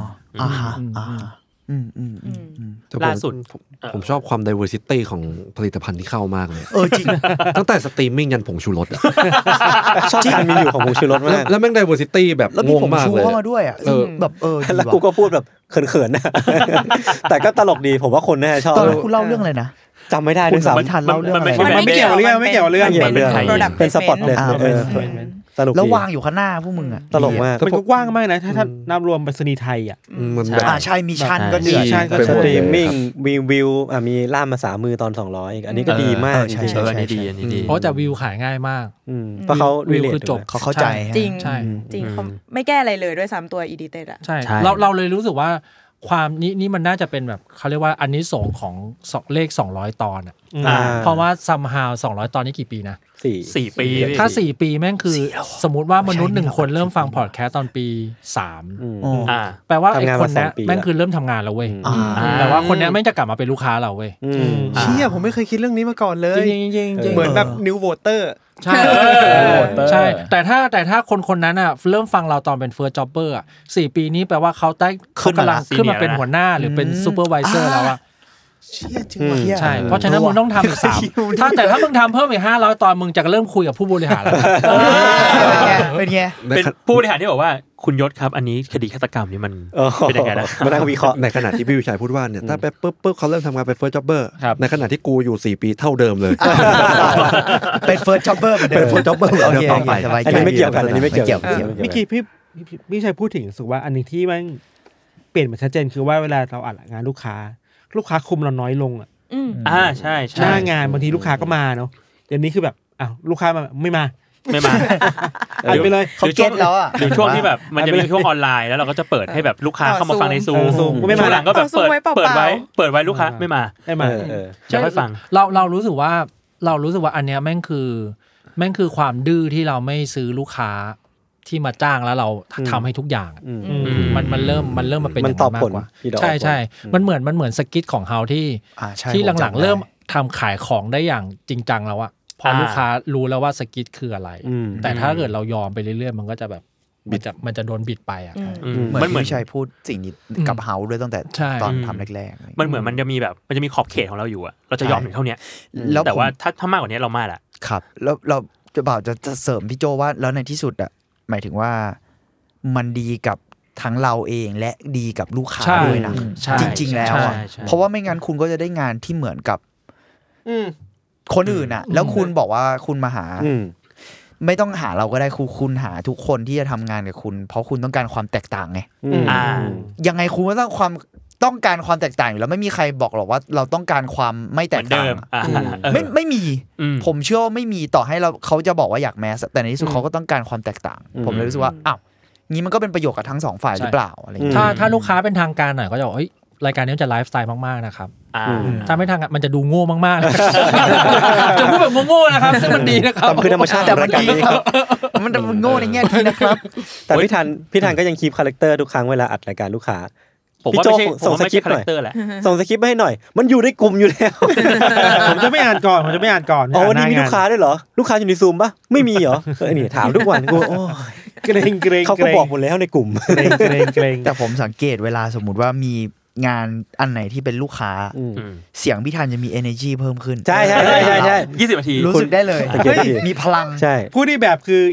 ล่าสุดผมชอบความ diversity ของผลิตภัณฑ์ที่เข้ามากเลยจริงตั้งแต่สตรีมมิ่งยันผงชูรสชอบการมีอยู่ของผงชูรสมากแล้วแม่ง diversity แบบงงมากเลยแล้วมีผงชูเข้ามาด้วยอ่ะแบบแล้วกูก็พูดแบบเขินๆนะแต่ก็ตลกดีผมว่าคนน่าจะชอบตอนคุณเล่าเรื่องอะไรนะจำไม่ได้ด้วยซ้ำไม่ทันเล่าเรื่องอะไรมันไม่เกี่ยวเรื่องไม่เกี่ยวเรื่องเป็นสปอตเลยแล้ววางอยู่ข้างหน้าพวกมึงอ่ะตลกมากมันก็กว้างมากนะถ้านับรวมไปรษณีย์ไทยอ่ะใช่มีชั้นก็ดีเป็นสตรีมมิ่งมีวิวมีล่ามภาษามือตอน200อันนี้ก็ดีมากใช่อันนี้ดีเพราะแต่วิวขายง่ายมากเพราะเขาวิวคือจบเขาเข้าใจจริงจริงเขาไม่แก้อะไรเลยด้วยซ้ำตัว edited อ่ะใช่เราเลยรู้สึกว่าความนี้มันน่าจะเป็นแบบเขาเรียกว่าอันนี้ส่งของเลข200ตอนอ่ะเพราะว่า somehow 200ตอนนี้กี่ปีนะ 4ปีถ้า4ปีแม่งคือสมมุติว่ามนุษย์1คนเริ่มฟังพอดแคสต์ตอนปี3แปลว่าไอ้คนนี้แม่งคือเริ่มทำงานแล้วเว้ยแต่ว่าคนนี้แม่งจะกลับมาเป็นลูกค้าเราเว้ยเชี่ยผมไม่เคยคิดเรื่องนี้มาก่อนเลยจริงเหมือนแบบ new voter ใช่แต่ถ้าคนนั้นอ่ะเริ่มฟังเราตอนเป็น first jobber อ่ะ4ปีนี้แปลว่าเขากำลังขึ้นมาเป็นหัวหน้าหรือเป็น supervisor แล้วอ่ะเชี่ยจริงว่ะใช่เพราะฉะนั้นมึงต้องทำอีก3ถ้ามึงทำเพิ่มอีก500ตอนมึงจะเริ่มคุยกับผู้บริหารแล้วเป็นไงเป็นผู้บริหารที่บอกว่าคุณยศครับอันนี้คดีฆาตกรรมนี่มันเป็นยังไงนะมานั่งวิเคราะห์ในขณะที่พี่วิชัยพูดว่าเนี่ยถ้าไปปุ๊บเขาเริ่มทำงานเป็น first jobber ในขณะที่กูอยู่4ปีเท่าเดิมเลยเป็น first jobber เหมือนเดิมเป็น first jobber โอเคอันนี้ไม่เกี่ยวกันอันนี้ไม่เกี่ยวเมื่อกี้พี่ชัยพูดถึงรู้สึกว่าอันนึงที่มันเปลี่ยนมาชัดเจนคือว่าเวลาเราอัดงานลูกค้าคุมเราน้อยลงอ่ะใช่หน้างานบางทีลูกค้าก็มาเนาะเดี๋ยวนี้คือแบบอ้าวลูกค้าไม่มาไปเลยเขาเก็ตแล้วอ่ะหรือช่วงที่แบบมันจะมีช่วงออนไลน์แล้วเราก็จะเปิดให้แบบลูกค้าเข้ามาฟังในซูมไม่มาหลังก็แบบเปิดไว้ลูกค้าไม่มาจะค่อยฟังเรารู้สึกว่าอันเนี้ยแม่งคือความดื้อที่เราไม่ซื้อลูกค้าที่มาจ้างแล้วเราทำให้ทุกอย่างมันเริ่มมาเป็นอย่างนั้นมากกว่าใช่มันเหมือนสกิทของเฮาที่หลังๆเริ่มทำขายของได้อย่างจริงจังแล้วอะพอลูกค้ารู้แล้วว่าสกิทคืออะไรแต่ถ้าเกิดเรายอมไปเรื่อยๆมันก็จะแบบมันจะโดนบิดไปอ่ะมันเหมือนชัยพูดสิ่งนี้กับเฮาด้วยตั้งแต่ตอนทำแรกๆมันเหมือนมันจะมีขอบเขตของเราอยู่อะเราจะยอมถึงเท่านี้แต่ว่าถ้ามากกว่านี้เราไม่ละครับแล้วเราจะเสริมพี่โจว่าแล้วในที่สุดอะหมายถึงว่ามันดีกับทั้งเราเองและดีกับลูกค้าด้วยนะจริงๆแล้วอ่ะเพราะว่าไม่งั้นคุณก็จะได้งานที่เหมือนกับคนอื่นอ่ะแล้วคุณบอกว่าคุณมาหาไม่ต้องหาเราก็ได้คุณหาทุกคนที่จะทำงานกับคุณเพราะคุณต้องการความแตกต่างไงยังไงคุณก็ต้องการความแตกต่างอยู่แล้วไม่มีใครบอกหรอกว่าเราต้องการความไม่แตกต่างไม่มีผมเชื่อว่าไม่มีต่อให้เขาจะบอกว่าอยากแมสแต่ในที่สุดเขาก็ต้องการความแตกต่างผมเลยรู้สึกว่าอ้าวงี้มันก็เป็นประโยชน์กับทั้งสองฝ่ายหรือเปล่าอะไรอย่างเงี้ยถ้าลูกค้าเป็นทางการหน่อยก็จะบอกเฮ้ยรายการนี้จะไลฟ์สไตล์มากๆนะครับถ้าไม่ทางมันจะดูโง่มากๆจะพูดแบบโง่ๆนะครับซึ่งมันดีนะครับคือธรรมชาติแต่มันดีครับมันโง่ในแง่ดีนะครับแต่พี่ทันก็ยังคีปคาแรคเตอร์ทุกครั้งเวลาอัดรายการลูกค้าพี่โจส่งสคริปต์หน่อยส่งสคริปต์ให้หน่อยมันอยู่ในกลุ่มอยู่แล้วผมจะไม่อ่านก่อนอ๋อนี่มีลูกค้าด้วยเหรอลูกค้าอยู่ในซูมป่ะไม่มีเหรอนี่ถามทุกวันกูเกรงเขาก็บอกหมดแล้วในกลุ่มเกรงแต่ผมสังเกตเวลาสมมุติว่ามีงานอันไหนที่เป็นลูกค้าเสียงพี่ทันจะมี energy เพิ่มขึ้นใช่20 นาทีรู้สึกได้เลยมีพลังใช่พูดในแบบคือ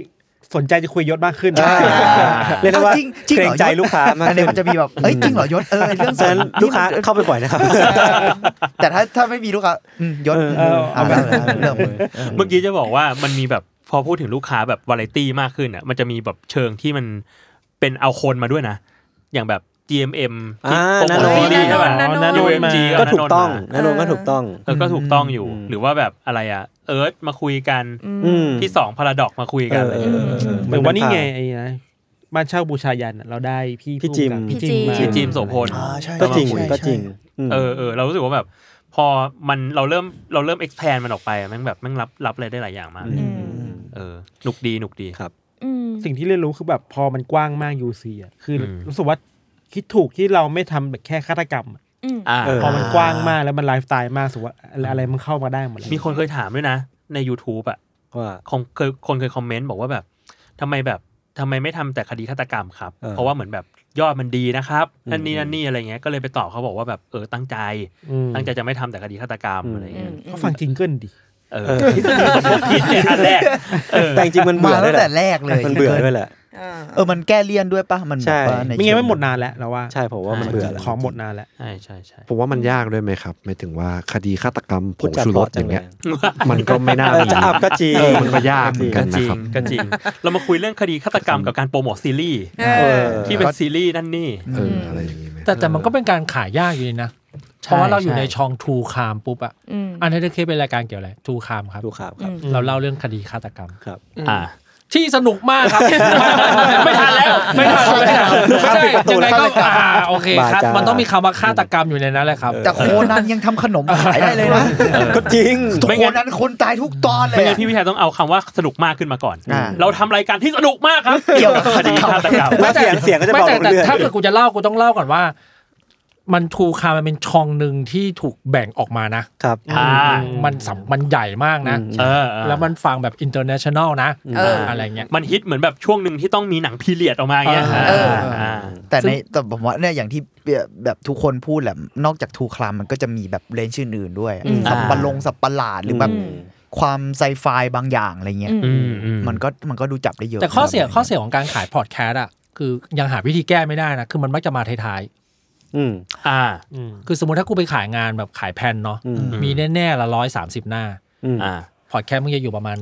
สนใจจะคุยยศมากขึ้นเรียกว่าเกรงใจลูกค้ามากขึ้นมันจะมีแบบเอ้ยจริงเหรอยศเรื่องส่วนลูกค้าเข้าไปบ่อยนะครับแต่ถ้าไม่มีลูกค้ายศเอาเรื่องเมื่อกี้จะบอกว่ามันมีแบบพอพูดถึงลูกค้าแบบวาไรตี้มากขึ้นอ่ะมันจะมีแบบเชิงที่มันเป็นเอาคนมาด้วยนะอย่างแบบ GMM ที่โปรโมทซีรีส์ใช่ป่ะUMG ก็ถูกต้องนั่นก็ถูกต้องก็ถูกต้องอยู่หรือว่าแบบอะไรอ่ะเอิร์ธมาคุยกันที่2 Paradox มาคุยกันอะไรอย่างเงี้ยเหมือนว่านี่ไงไอ้นะบ้านเช่าบูชายันเราได้พี่จิมโสพลก็จริงก็จริงเรารู้สึกว่าแบบพอมันเราเริ่ม expand มันออกไปแม่งแบบแม่งรับอะไรได้หลายอย่างมากหนุกดีครับสิ่งที่เรียนรู้คือแบบพอมันกว้างมาก UC อ่ะคือรู้สึกว่าคิดถูกที่เราไม่ทำแบบแค่ฆาตกรรมพอมันกว้างมากแล้วมันไลฟ์สไตล์มากสุดว่าอะไรมันเข้ามาได้หมดมีคนเคยถามด้วยนะใน YouTube อ่ะว่าคนเคยคอมเมนต์บอกว่าแบบทำไมไม่ทำแต่คดีฆาตกรรมครับเพราะว่าเหมือนแบบยอดมันดีนะครับนั่นนี่อะไรเงี้ยก็เลยไปตอบเขาบอกว่าแบบตั้งใจจะไม่ทำแต่คดีฆาตกรรมอะไรเงี้ยก็ฟังจิงเกิลดิคิดเนี่ยอันแรกแต่จริงมันเบื่อตั้งแต่แรกเลยมันเบื่อด้วยแหละมันแก้เลี่ยนด้วยป่ะมันแบบว่าไม่งั้นไม่หมดนานแล้วเราว่าใช่ผมว่ามันเบื่อของหมดนานแล้วใช่ผมว่ามันยากด้วยไหมครับหมายถึงว่าคดีฆาตกรรมผงชูรสอย่างเงี้ยมันก็ไม่น่าจะอัพก็จริงมันก็ยากเหมือนกันนะครับก็จริงเรามาคุยเรื่องคดีฆาตกรรมกับการโปรโมทซีรีส์ที่เป็นซีรีส์นั่นนี่อะไรอย่างงี้แต่มันก็เป็นการขายยากอยู่นะเพราะว่าเราอยู่ในช่องทูคามปุ๊บอ่ะอันนี้เคยเป็นรายการเกี่ยวอะไรทูคามครับเราเล่าเรื่องคดีฆาตกรรมครับที่สนุกมากครับไม่ทันแล้วไม่ได้ยังไงก็โอเคครับมันต้องมีคำว่าฆาตกรรมอยู่ในนั้นแหละครับแต่โคนันยังทำขนมขายได้เลยนะก็จริงโคนันคนตายทุกตอนเลยไม่งั้นพี่วิชัยต้องเอาคำว่าสนุกมากขึ้นมาก่อนเราทำรายการที่สนุกมากครับเกี่ยวกับคดีฆาตกรรมแล้วเสียงก็จะบอกเรื่อยๆถ้าเกิดกูจะเล่ากูต้องเล่าก่อนว่ามันทูคามันเป็นช่องหนึ่งที่ถูกแบ่งออกมานะครับมันใหญ่มากนะแล้วมันฟังแบบ international นะอะไรเงี้ยมันฮิตเหมือนแบบช่วงหนึ่งที่ต้องมีหนังพีเรียดออกมาเงี้ยแต่ผมว่าเนี่ยอย่างที่แบบทุกคนพูดแหละนอกจากทูคามมันก็จะมีแบบเลนส์อื่นด้วยสับประหลาดหรือแบบความไซไฟบางอย่างอะไรเงี้ยมันก็ดูจับได้เยอะแต่ข้อเสียของการขายพอดแคสต์อ่ะคือยังหาวิธีแก้ไม่ได้นะคือมันมักจะมาท้ายคือสมมุติถ้ากูไปขายงานแบบขายแผ่นเนาะมีแน่ๆละ130หน้าพอดแคสต์มึงจะอยู่ประมาณ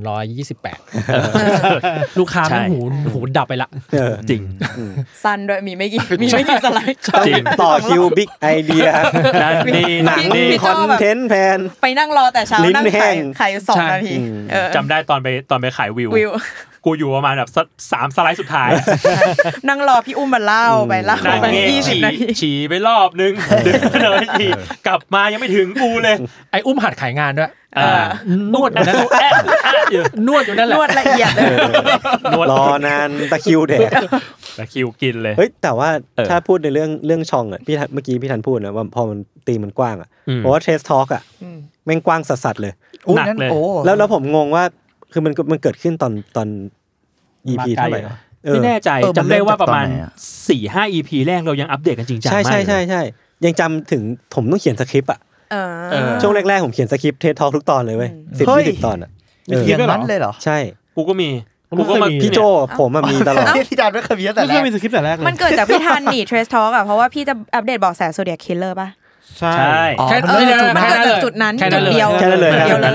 128ลูกค้ามันหูดับไปละจริงสั้นด้วยมีไม่กี่สไลด์จริงต่อคิวบิ๊กไอเดียนี่หนังนี่คอนเทนต์แพนไปนั่งรอแต่เช้านั่งขาย2 นาทีจำได้ตอนไปขายวิวกูอยู่ประมาณแบบ3 สไลด์สุดท้ายนั่งรอพี่อุ้มมาเล่าไป20 นาทีฉี่ไปรอบนึงเดินเลยฉี่กลับมายังไม่ถึงกูเลยไอ้อุ้มหัดขายงานด้วยนวดอยู่นั่นนวดอยู่นั่นแหละนวดละเอียดเลยรอนานตะคิวแดดตะคิวกินเลยเฮ้ยแต่ว่าถ้าพูดในเรื่องช่องอ่ะพี่เมื่อกี้พี่ทันพูดนะว่าพอมันตีมันกว้างอ่ะเพราะว่าเทสทอล์กอ่ะแม่งกว้างสัสๆเลยหนักเลยแล้วผมงงว่าคือมันเกิดขึ้นตอน EP เท่าไหร่ไม่แน่ใจจำได้ว่าประมาณ 4-5 EP แรกเรายังอัปเดตกันจริงจังมากใช่ยังจำถึงผมต้องเขียนสคริปต์อ่ะช่วงแรกๆผมเขียนสคริปต์เทสทอล์กทุกตอนเลยเว้ย10-20 ตอนอ่ะเขียนนั้นเลยเหรอใช่กูก็มีพี่โจผมมีตลอดพี่ทันไม่เคยมีแต่แรกมีสคริปต์แต่แรกเลยมันเกิดจากพี่ทันนี่ Trace Talk อ่ะเพราะว่าพี่จะอัปเดตบอกแส Zodiac Killer ป่ะใช่มันเกิดจากจุดนั้นจุดเดียวเลย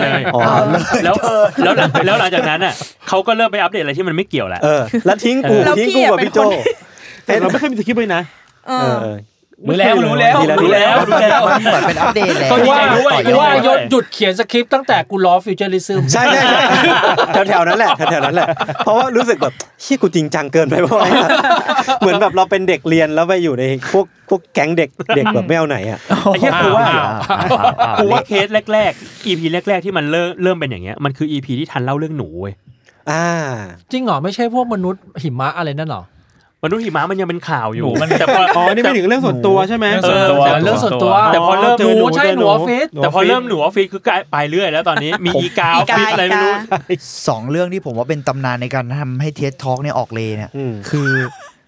แล้วหลังจากนั้นอ่ะเขาก็เริ่มไปอัปเดตอะไรที่มันไม่เกี่ยวแหละแล้วทิ้งกูกับพี่โจเราไม่เคยมีสคริปต์เลยนะรู้แล้วเหมือนเป็นอัปเดตแล้วว่ายศหยุดเขียนสคริปต์ตั้งแต่กูล้อฟิวเจอริซึมใช่แถวๆนั้นแหละเพราะว่ารู้สึกแบบเฮ้ยกูจริงจังเกินไปเพราะเหมือนแบบเราเป็นเด็กเรียนแล้วไปอยู่ในพวกแก๊งเด็กแบบไม่เอาไหนอ่ะไอ้เหี้ยกูว่าเคสแรกๆ EP แรกๆที่มันเริ่มเป็นอย่างเงี้ยมันคือ EP ที่ทันเล่าเรื่องหนูเว้ยจริงเหรอไม่ใช่พวกมนุษย์หิมะอะไรนั่นหรอมนุษย์หิมะมันยังเป็นข่าวอยู่แต่พอนี่ไม่ถึงเรื่องส่วนตัวใช่ไหมเรื่องส่วนตัวแต่พอเริ่มหนูใช่หนูออฟฟิศแต่พอเริ่มหนูออฟฟิศคือกลายไปเรื่อยแล้วตอนนี้มีอีกาออฟฟิศอะไรไม่รู้ 2 เรื่องที่ผมว่าเป็นตำนานในการทำให้เทสทอล์กเนี่ยออกเลยเนี่ยคือ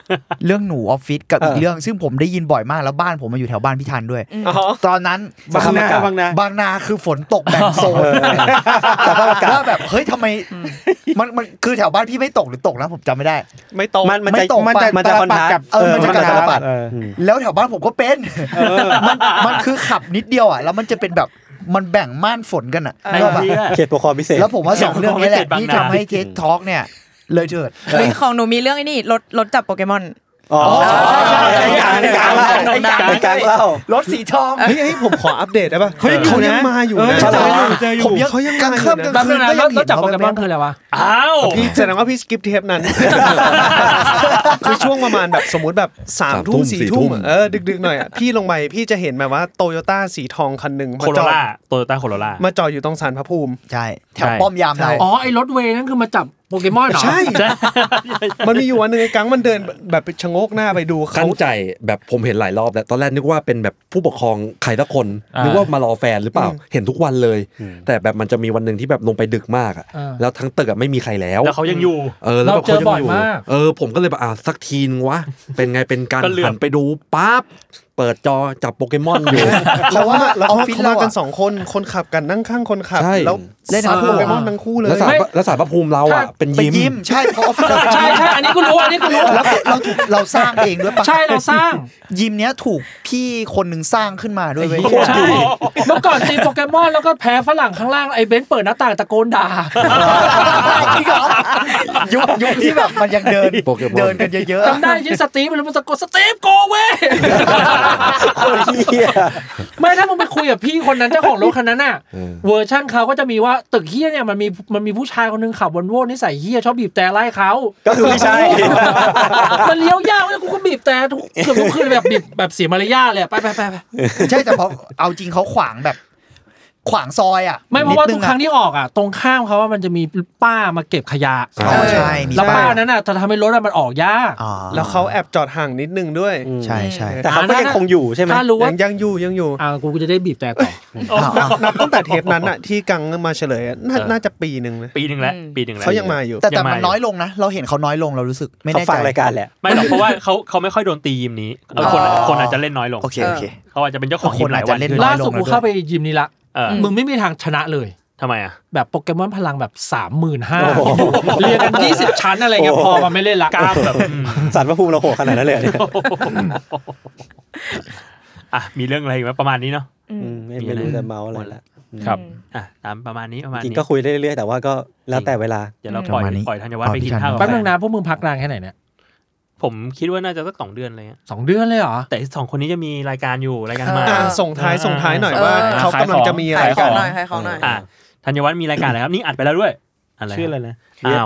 เรื่องหนูออฟฟิศกับอีกเรื่องซึ่งผมได้ยินบ่อยมากแล้วบ้านผมมาอยู่แถวบ้านพี่ทันด้วยตอนนั้นบางนาคือฝนตกแบ่งโซนแต่ว่าแบบเฮ้ยทำไมมันคือแถวบ้านพี่ไม่ตกหรือตกนะผมจำไม่ได้ไม่ตกมันจะคอนทราสต์มันจะตาปัดแล้วแถวบ้านผมก็เป็นมันคือขับนิดเดียวอ่ะแล้วมันจะเป็นแบบมันแบ่งม่านฝนกันอ่ะเขตปกครองพิเศษแล้วผมว่า2เรื่องนี้แหละที่ทำให้เทคทอล์กเนี่ยเลยเถิดของหนูมีเรื่องไอ้นี่รถจับโปเกมอนอ๋อใช่ๆการเล่ารถสีทองเฮ้ยผมขออัปเดตได้ป่ะเขายังมาอยู่นะผมยังเขายังมาอยู่นะแบบนั้นแล้วจับโปเกมอนคืออะไรวะอ้าวพี่แสดงว่าพี่สกิปเทปนั้นคือช่วงประมาณแบบสมมุติแบบ3 ทุ่ม 4 ทุ่มดึกๆหน่อยอ่ะพี่ลงไปพี่จะเห็นแบบว่าโตโยต้าสีทองคันนึงโคโรล่าโตโยต้าโคโรล่ามาจอดอยู่ตรงศาลพระภูมิใช่แถวป้อมยามเราอ๋อไอ้รถเวย์นั่นคือมาจับโปเกมอนเหรอใช่มันมีอยู่วันนึงไอ้กังมันเดินแบบชะโงกหน้าไปดูเขากั้นใจแบบผมเห็นหลายรอบแล้วตอนแรกนึกว่าเป็นแบบผู้ปกครองใครสักคนนึกว่ามารอแฟนหรือเปล่าเห็นทุกวันเลยแต่แบบมันจะมีวันนึงที่แบบลงไปดึกมากอ่ะแล้วทั้งตึกไม่มีใครแล้วแล้วเขายังอยู่แล้วแบบเขายังอยู่ผมก็เลยแบบสักทีนึงวะเป็นไงเป็นการหันไปดูปั๊บเปิดจอจับโปเกมอนอยู่เพราะว่าออฟฟิศเรากัน2คนขับกันนั่งข้างคนขับแล้วเล่นโปเกมอนทั้งคู่เลยแล้วสารพระภูมิเราอ่ะเป็นยิ้มใช่เพราะใช่อันนี้กูรู้แล้วเราสร้างเองด้วยป่ะใช่เราสร้างยิ้มเนี้ยถูกพี่คนนึงสร้างขึ้นมาด้วยเว้ยใช่เมื่อก่อนตีโปเกมอนแล้วก็แพ้ฝรั่งข้างล่างไอ้เบนซ์เปิดหน้าต่างตะโกนด่าจริงเหรอยุคที่แบบมันยังเดินกันเยอะๆจำได้ยิงสตีฟมันตะโกนสตีฟโกเว้ยคนเหี้ยไม่ถ้ามึงไปคุยกับพี่คนนั้นเจ้าของรถคันนั้นน่ะเวอร์ชั่นเขาก็จะมีว่าตึกเหี้ยเนี่ยมันมีผู้ชายคนนึงขับวอลโว่นิสัยเหี้ยชอบบีบแต่ไล่เขาก็คือไม่ใช่มันเลี้ยวยากแล้วกูก็บีบแต่ทุกคืนแบบเสียมารยาทเลยไปใช่แต่พอเอาจริงเขาขวางซอยอ่ะไม่เพราะว่าทุกครั้งที่ออกอ่ะตรงข้ามเขาว่ามันจะมีป้ามาเก็บขยะใช่แล้วป้านั้นน่ะจะทำให้รถมันออกยากแล้วเขาแอบจอดห่างนิดนึงด้วยใช่แต่เขาก็ยังคงอยู่ใช่ไหมยังอยู่กูจะได้บีบแต่ต่อนับตั้งแต่เทปนั้นอ่ะที่กังมาเฉลยน่าจะปีนึงปีนึงแล้วเขายังมาอยู่แต่มันน้อยลงนะเราเห็นเขาน้อยลงเรารู้สึกไม่แน่ใจฟังรายการแหละไม่หรอกเพราะว่าเขาไม่ค่อยโดนตียิมนี้คนอาจจะเล่นน้อยลงโอเคเขาอาจจะเป็นเจ้าของยิมหลายวันล่าสุดกูเข้าไปยิมนี้ละมึงไม่มีทางชนะเลยทำไมอ่ะแบบโปเกมอนพลังแบบ 35,000 เรียงกัน20ชั้นอะไรเงี้ยพอมันไม่เล่นละกล้ามแบบสารพระภูมิเราโหดขนาดนั้นเลยอ่ะมีเรื่องอะไรมั้ยประมาณนี้เนาะไม่รู้จะเมาอะไรละครับตามประมาณนี้จริงก็คุยได้เรื่อยๆแต่ว่าก็แล้วแต่เวลาเดี๋ยวเราปล่อยธัญวัฒน์ไปกินข้าวแป๊บนึงนะพวกมึงพักนานแค่ไหนเนี่ยผมคิดว่าน่าจะสัก2 เดือนอะไรเงี้ย 2 เดือนเลยเหรอแต่2คนนี้จะมีรายการอยู่รายการมาส่งท้ายหน่อยว่าเขากำลังจะมีอะไรของหน่อยธัญวัฒน์มีรายการอะไรครับนี่อัดไปแล้วด้วยชื่ออะไรนะ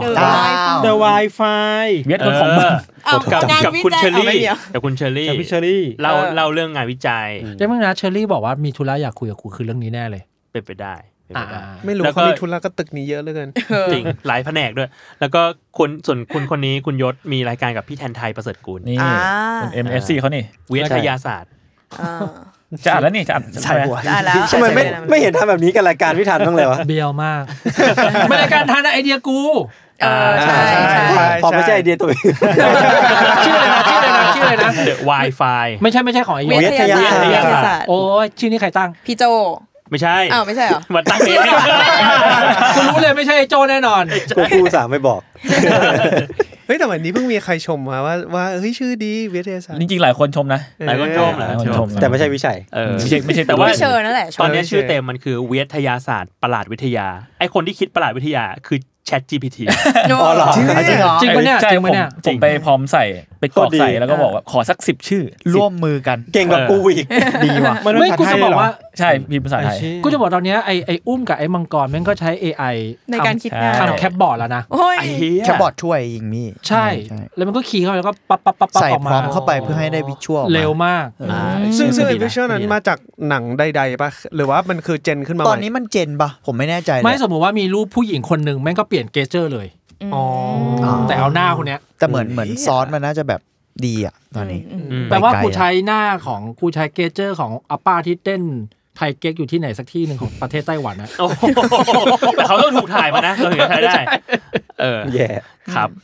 The Wi-Fi เวียดของมึงกับคุณเชอรี่เล่าเรื่องงานวิจัยได้มั้งนะเชอรี่บอกว่ามีธุระอยากคุยกับกูคือเรื่องนี้แน่เลยเป็นไปได้ไม่รู้เขามีธุระก็ตึกนี้เยอะเหลือเกินจริงหลายแผนกด้วยแล้วก็ส่วนคนนี้คุณยศมีรายการกับพี่แทนไทยประเสริฐกุลนี่เป็น MSC เขานี่วิทยาศาสตร์จะอ่านแล้วนี่จะอ่านใช่หัวทำไมไม่เห็นทำแบบนี้กับรายการพี่ทันบ้างเลยวะเบียวมากไม่รายการทันไอเดียกูใช่พอไม่ใช่ไอเดียตัวเองชื่ออะไรนะ The Wi-Fi ไม่ใช่ของไอวิทยาศาสตร์โอ้ยชื่อนี้ใครตั้งพี่โจไม่ใช่ไม่ใช่เหรอมาตั้งเองกูรู้เลยไม่ใช่โจแน่นอนกูสามไม่บอกเฮ้ยแต่วันนี้เพิ่งมีใครชมมาว่าเฮ้ยชื่อดีวิทยาศาสตร์จริงๆหลายคนชมนะหลายคนชมแต่ไม่ใช่วิชัยไม่ใช่แต่ว่าเชิญนั่นแหละตอนนี้ชื่อเต็มมันคือวิทยาศาสตร์ประหลาดวิทยาไอคนที่คิดประหลาดวิทยาคือChatGPT อ๋อเหรอจริงปะเนี่ยจริงปะเนี่ยผมไปพร้อมใส่ไปกรอกใส่แล้วก็บอกว่าขอสัก10ชื่อร่วมมือกันเก่งกว่ากูอีกดีว่ะไม่กูจะบอกว่าใช่พิมพ์ภาษาไทยกูจะบอกตอนนี้ไออุ้มกับไอมังกรแม่งก็ใช้ AI ในการคิดงานทำแคปบอร์ดแล้วนะแคปบอร์ดช่วยยิงมี่ใช่แล้วมันก็คีย์เข้าแล้วก็ปั๊บใส่พร้อมเข้าไปเพื่อให้ได้วิชวลเร็วมากซึ่งวิชวลนั้นมาจากหนังใดๆป่ะหรือว่ามันคือเจนขึ้นมาตอนนี้มันเจนป่ะผมไม่แน่ใจไม่สมมติว่ามีรูปผู้หญิงคนนึงแม่งก็เปลี่ยนเกจเจอร์เลยแต่เอาหน้าคนเนี้ยแต่เหมือนซอสมันน่าจะแบบดีอ่ะตอนนี้แปลว่ากูใช้หน้าของกูใช้เกจเจอร์ของอัปป้าที่เต้นไทยเก๊กอยู่ที่ไหนสักที่นึงของประเทศไต้หวันนะแต่เขาต้องถูกถ่ายมานะเราถึงจะใช้ได้แย่ครับ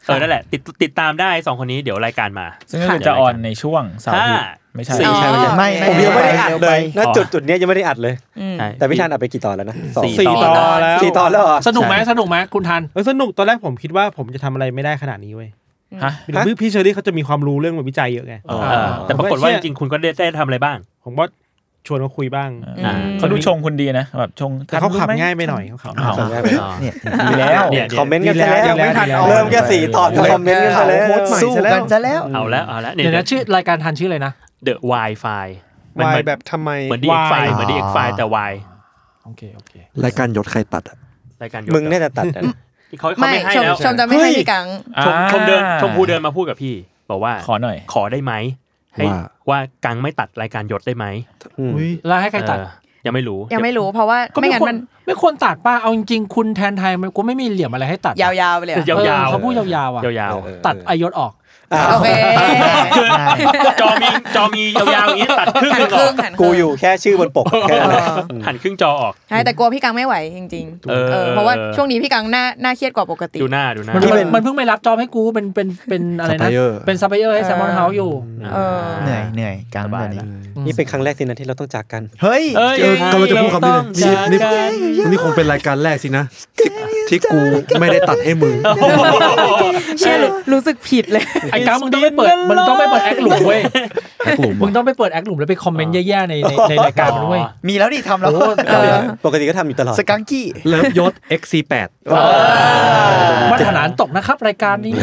นั่นแหละติดตามได้2คนนี้เดี๋ยวรายการมาซึ่งก็จะออนในช่วงเสาร์อาทิตย์ไม่ใช่ไม่ผมยังไม่ได้อัดเลยณจุดนี้ยังไม่ได้อัดเลยแต่พี่ธันอัดไปกี่ตอนแล้วนะ 4 ตอนแล้ว 4 ตอนแล้วเหรอสนุกไหมคุณธันสนุกตอนแรกผมคิดว่าผมจะทำอะไรไม่ได้ขนาดนี้เว้ยพี่เชอรี่เขาจะมีความรู้เรื่องวิจัยเยอะไงแต่ปรากฏว่าจริงๆคุณก็ได้ทำอะไรบ้างผมว่าชวนเขาคุยบ้างเขาดูชงคุณดีนะแบบชงเขาขับง่ายไปหน่อยเขาขับง่ายไปเนี่ยดีแล้วคอมเมนต์กันแล้วเริ่มแค่4 ตอนคอมเมนต์กันแล้วสู้กันซะแล้วเอาแล้วเดี๋ยวนะชื่อรายการทันชื่ออะไรนะ The Wi-Fi แบบทำไมเหมือน DX-Fi เหมือน DX-Fi แต่ Y โอเครายการยศใครตัดอะรายการมึงน่าจะตัดเขาไม่ให้แล้วชมจะไม่ให้พี่กังชมพูเดินมาพูดกับพี่บอกว่าขอหน่อยขอได้ไหมให้ว่ากังไม่ตัดรายการยศได้ไหมแล้วให้ใครตัดยังไม่รู้เพราะว่าไม่งั้นมันไม่ควรตัดป้าเอาจริงๆคุณแทนไทยมันก็ไม่มีเหลี่ยมอะไรให้ตัดยาวๆไปเลยเขาพูดยาวๆอ่ะตัดอายศออกโอเคคือจอมียาวๆอย่างนี้ตัดครึ่งนึงออกกูอยู่แค่ชื่อบนปกแค่นั้นหันครึ่งจอออกใช่แต่กลัวพี่กังไม่ไหวจริงๆเพราะว่าช่วงนี้พี่กังน่าเครียดกว่าปกติดูหน้ามันเพิ่งไปรับจอบให้กูเป็นอะไรนะเป็นซัพพลายเออร์ให้แซมมอนเฮาส์อยู่เหนื่อยกังแบบนี้นี่เป็นครั้งแรกสินะที่เราต้องจากกันเฮ้ยก็เราจะพูดคำนี้นี่คงเป็นรายการแรกสินะที่กูไม่ได้ตัดให้มึงเชื่อรู้สึกผิดเลยไอ้กังมึงต้องไปเปิดแอคหลุมเว้ยมึงต้องไปเปิดแอคหลุมแล้วไปคอมเมนต์แย่ๆในรายการมันด้วยมีแล้วดิทำแล้วปกติก็ทำอยู่ตลอดสกังกี้เลิฟยศ XC8 มาตรฐานตกนะครับรายการนี้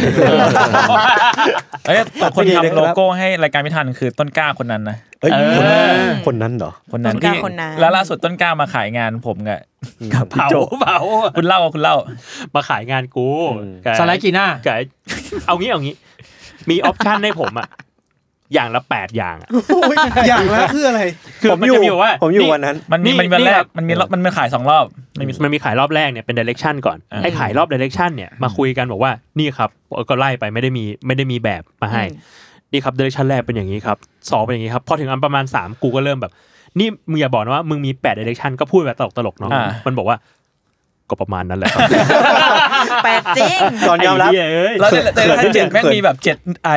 คนทำโลโก้ให้รายการพิธันคือต้นกล้าคนนั้นนะคนนั้นเหรอคนนั้นที่แล้วล่าสุดต้นกล้ามาขายงานผมกับเผาคุณเล่ามาขายงานกูสไลด์กี่หน้าเอางี้มีออปชั่นให้ผมอ่ะอย่างละ8อย่างอย่างละคืออะไรคือมันจะมีว่าผมอยู่วันนั้นมันวันแรกมันขาย2 รอบมันมีขายรอบแรกเนี่ยเป็น direction ก่อนให้ขายรอบ direction เนี่ยมาคุยกันบอกว่านี่ครับก็ไล่ไปไม่ได้มีแบบมาให้นี่ครับ direction แรกเป็นอย่างนี้ครับ2เป็นอย่างนี้ครับพอถึงอันประมาณ3กูก็เริ่มแบบนี่มึงอย่าบอกนะว่ามึงมี8 direction ก็พูดแบบตลกๆเนาะมันบอกว่าก็ประมาณนั้นแหละ 8จริงตอนยอมรับแล้วแต่ถ้า7แม่งมีแบบ7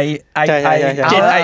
7A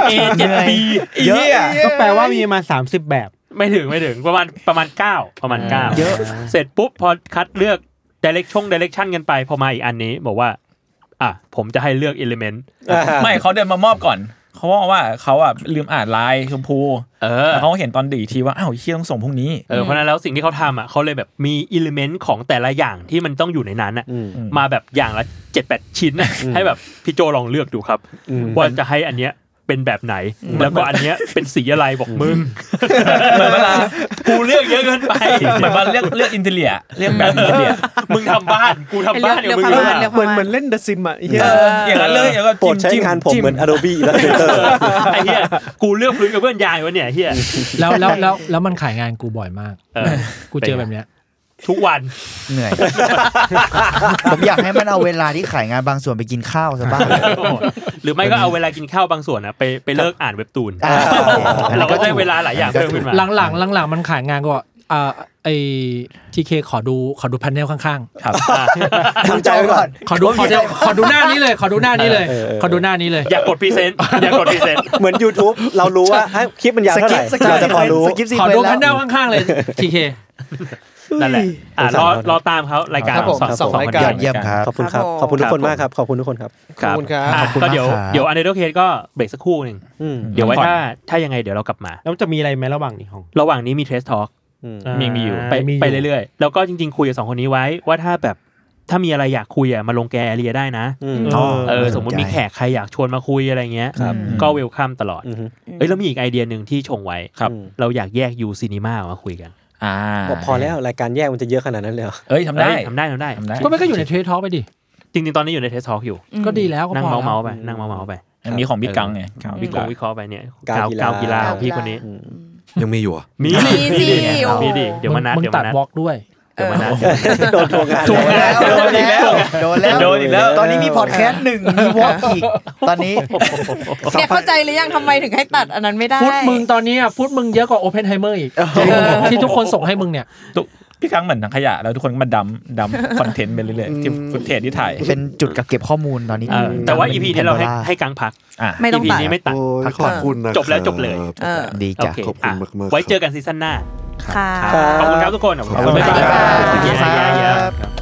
7B เยอะก็แปลว่ามีมา30แบบไม่ถึงประมาณ9เยอะเสร็จปุ๊บพอคัดเลือก direction กันไปพอมาอีกอันนี้บอกว่าผมจะให้เลือก element ไม่เขาเดินมามอบก่อนเขาบอกว่าเขาลืมอ่านไลน์ชมพูแล้วเขาเห็นตอนดีทีว่าอ้าวเชี่ยต้องส่งพรุ่งนี้เพราะนั้นแล้วสิ่งที่เขาทำเขาเลยแบบมีอิเลเมนต์ของแต่ละอย่างที่มันต้องอยู่ในนั้นมาแบบอย่างละ 7-8 ชิ้นให้แบบพี่โจลองเลือกดูครับว่าจะให้อันเนี้ยเป็นแบบไหนแล้วก็อันเนี้ยเป็นสีอะไรบอกมึงเหมือนเวลากูเลือกเยอะเกินไปเหมือนว่าเลือกอินเทเลียเลือกแบบอินเทเลียมึงทำบ้านกูทำบ้านเนี่ยมึงเหมือนเล่น The Sim อ่ะอย่างนั้นเลยแล้วก็โปรดใช้งานผมเหมือน Adobe Illustrator ไอ้เหี้ยกูเลือกพื้นกับเพื่อนยายวะเนี่ยเหี้ยแล้วมันขายงานกูบ่อยมากกูเจอแบบเนี้ยทุกวันเหนื่อยผมอยากให้มันเอาเวลาที่ขายงานบางส่วนไปกินข้าวซะบ้างหรือไม่ก็เอาเวลากินข้าวบางส่วนนะไปเลิกอ่านเว็บตูนเราก็ได้เวลาหลายอย่างเพิ่มขึ้นมาหลังมันขายงานก็ไอทีเคขอดูแพนเนลข้างๆครับทำใจไว้ก่อนขอดูหน้านี้เลยขอดูหน้านี้เลยอยากกดพรีเซนต์เหมือน YouTube เรารู้ว่าคลิปมันยาวเท่าไหร่เราจะพอรู้ขอดูแพนเนลข้างๆเลยทีเคนั่นแหละรอตามเขารายการ 2 รายการเยี่ยมครับขอบคุณครับขอบคุณทุกคนมากครับขอบคุณทุกคนครับขอบคุณครับก็เดี๋ยวอันเดอร์เคสก็เบรกสักครู่นึงเดี๋ยวไว้ถ้ายังไงเดี๋ยวเรากลับมาแล้วจะมีอะไรไหมระหว่างนี้มีเทสทอล์กมีอยู่ไปเรื่อยๆแล้วก็จริงๆคุยกับ2คนนี้ไว้ว่าถ้ามีอะไรอยากคุยมาลงแกแอเรียได้นะสมมติมีแขกใครอยากชวนมาคุยอะไรเงี้ยก็เวลคัมตลอดแล้วมีอีกไอเดียนึงที่ชงไว้เราอยากแยกยูซีนีมามาคุยกันพอแล้วรายการแยกมันจะเยอะขนาดนั้นเลยทำได้ก็ไม่ก็อยู่ในเทสทอล์กไปดิจริงๆตอนนี้อยู่ในเทสทอล์กอยู่ก็ดีแล้วก็นั่งเมาส์ไปมีของพี่กังไงวิเคราะห์ไปเนี่ยกาวกีฬาพี่คนนี้ยังมีอยู่มีสิเดี๋ยวมานัดตัดบล็อกด้วยโดนทวงงานโดนอีกแล้วตอนนี้มีพอดแคสต์1มีวอล์กอีกตอนนี้เนี่ยเข้าใจหรือยังทำไมถึงให้ตัดอันนั้นไม่ได้ฟุตมึงตอนนี้ฟุตมึงเยอะกว่าโอเพนไฮเมอร์อีกที่ทุกคนส่งให้มึงเนี่ยพี่กังเหมือนถังขยะแล้วทุกคนก็มาดัมคอนเทนต์ไปเรื่อยๆที่ฟุตเทจที่ถ่ายเป็นจุดกักเก็บข้อมูลตอนนี้แต่ว่า EP นี้เราให้กังพักไม่ต้องตัด EP นี้ไม่ตัดขอบคุณนะจบแล้วจบเลยดีจ้ะขอบคุณมากๆไว้เจอกันซีซั่นหน้าค่ะขอบคุณครับทุกคนขอบคุณมากครับ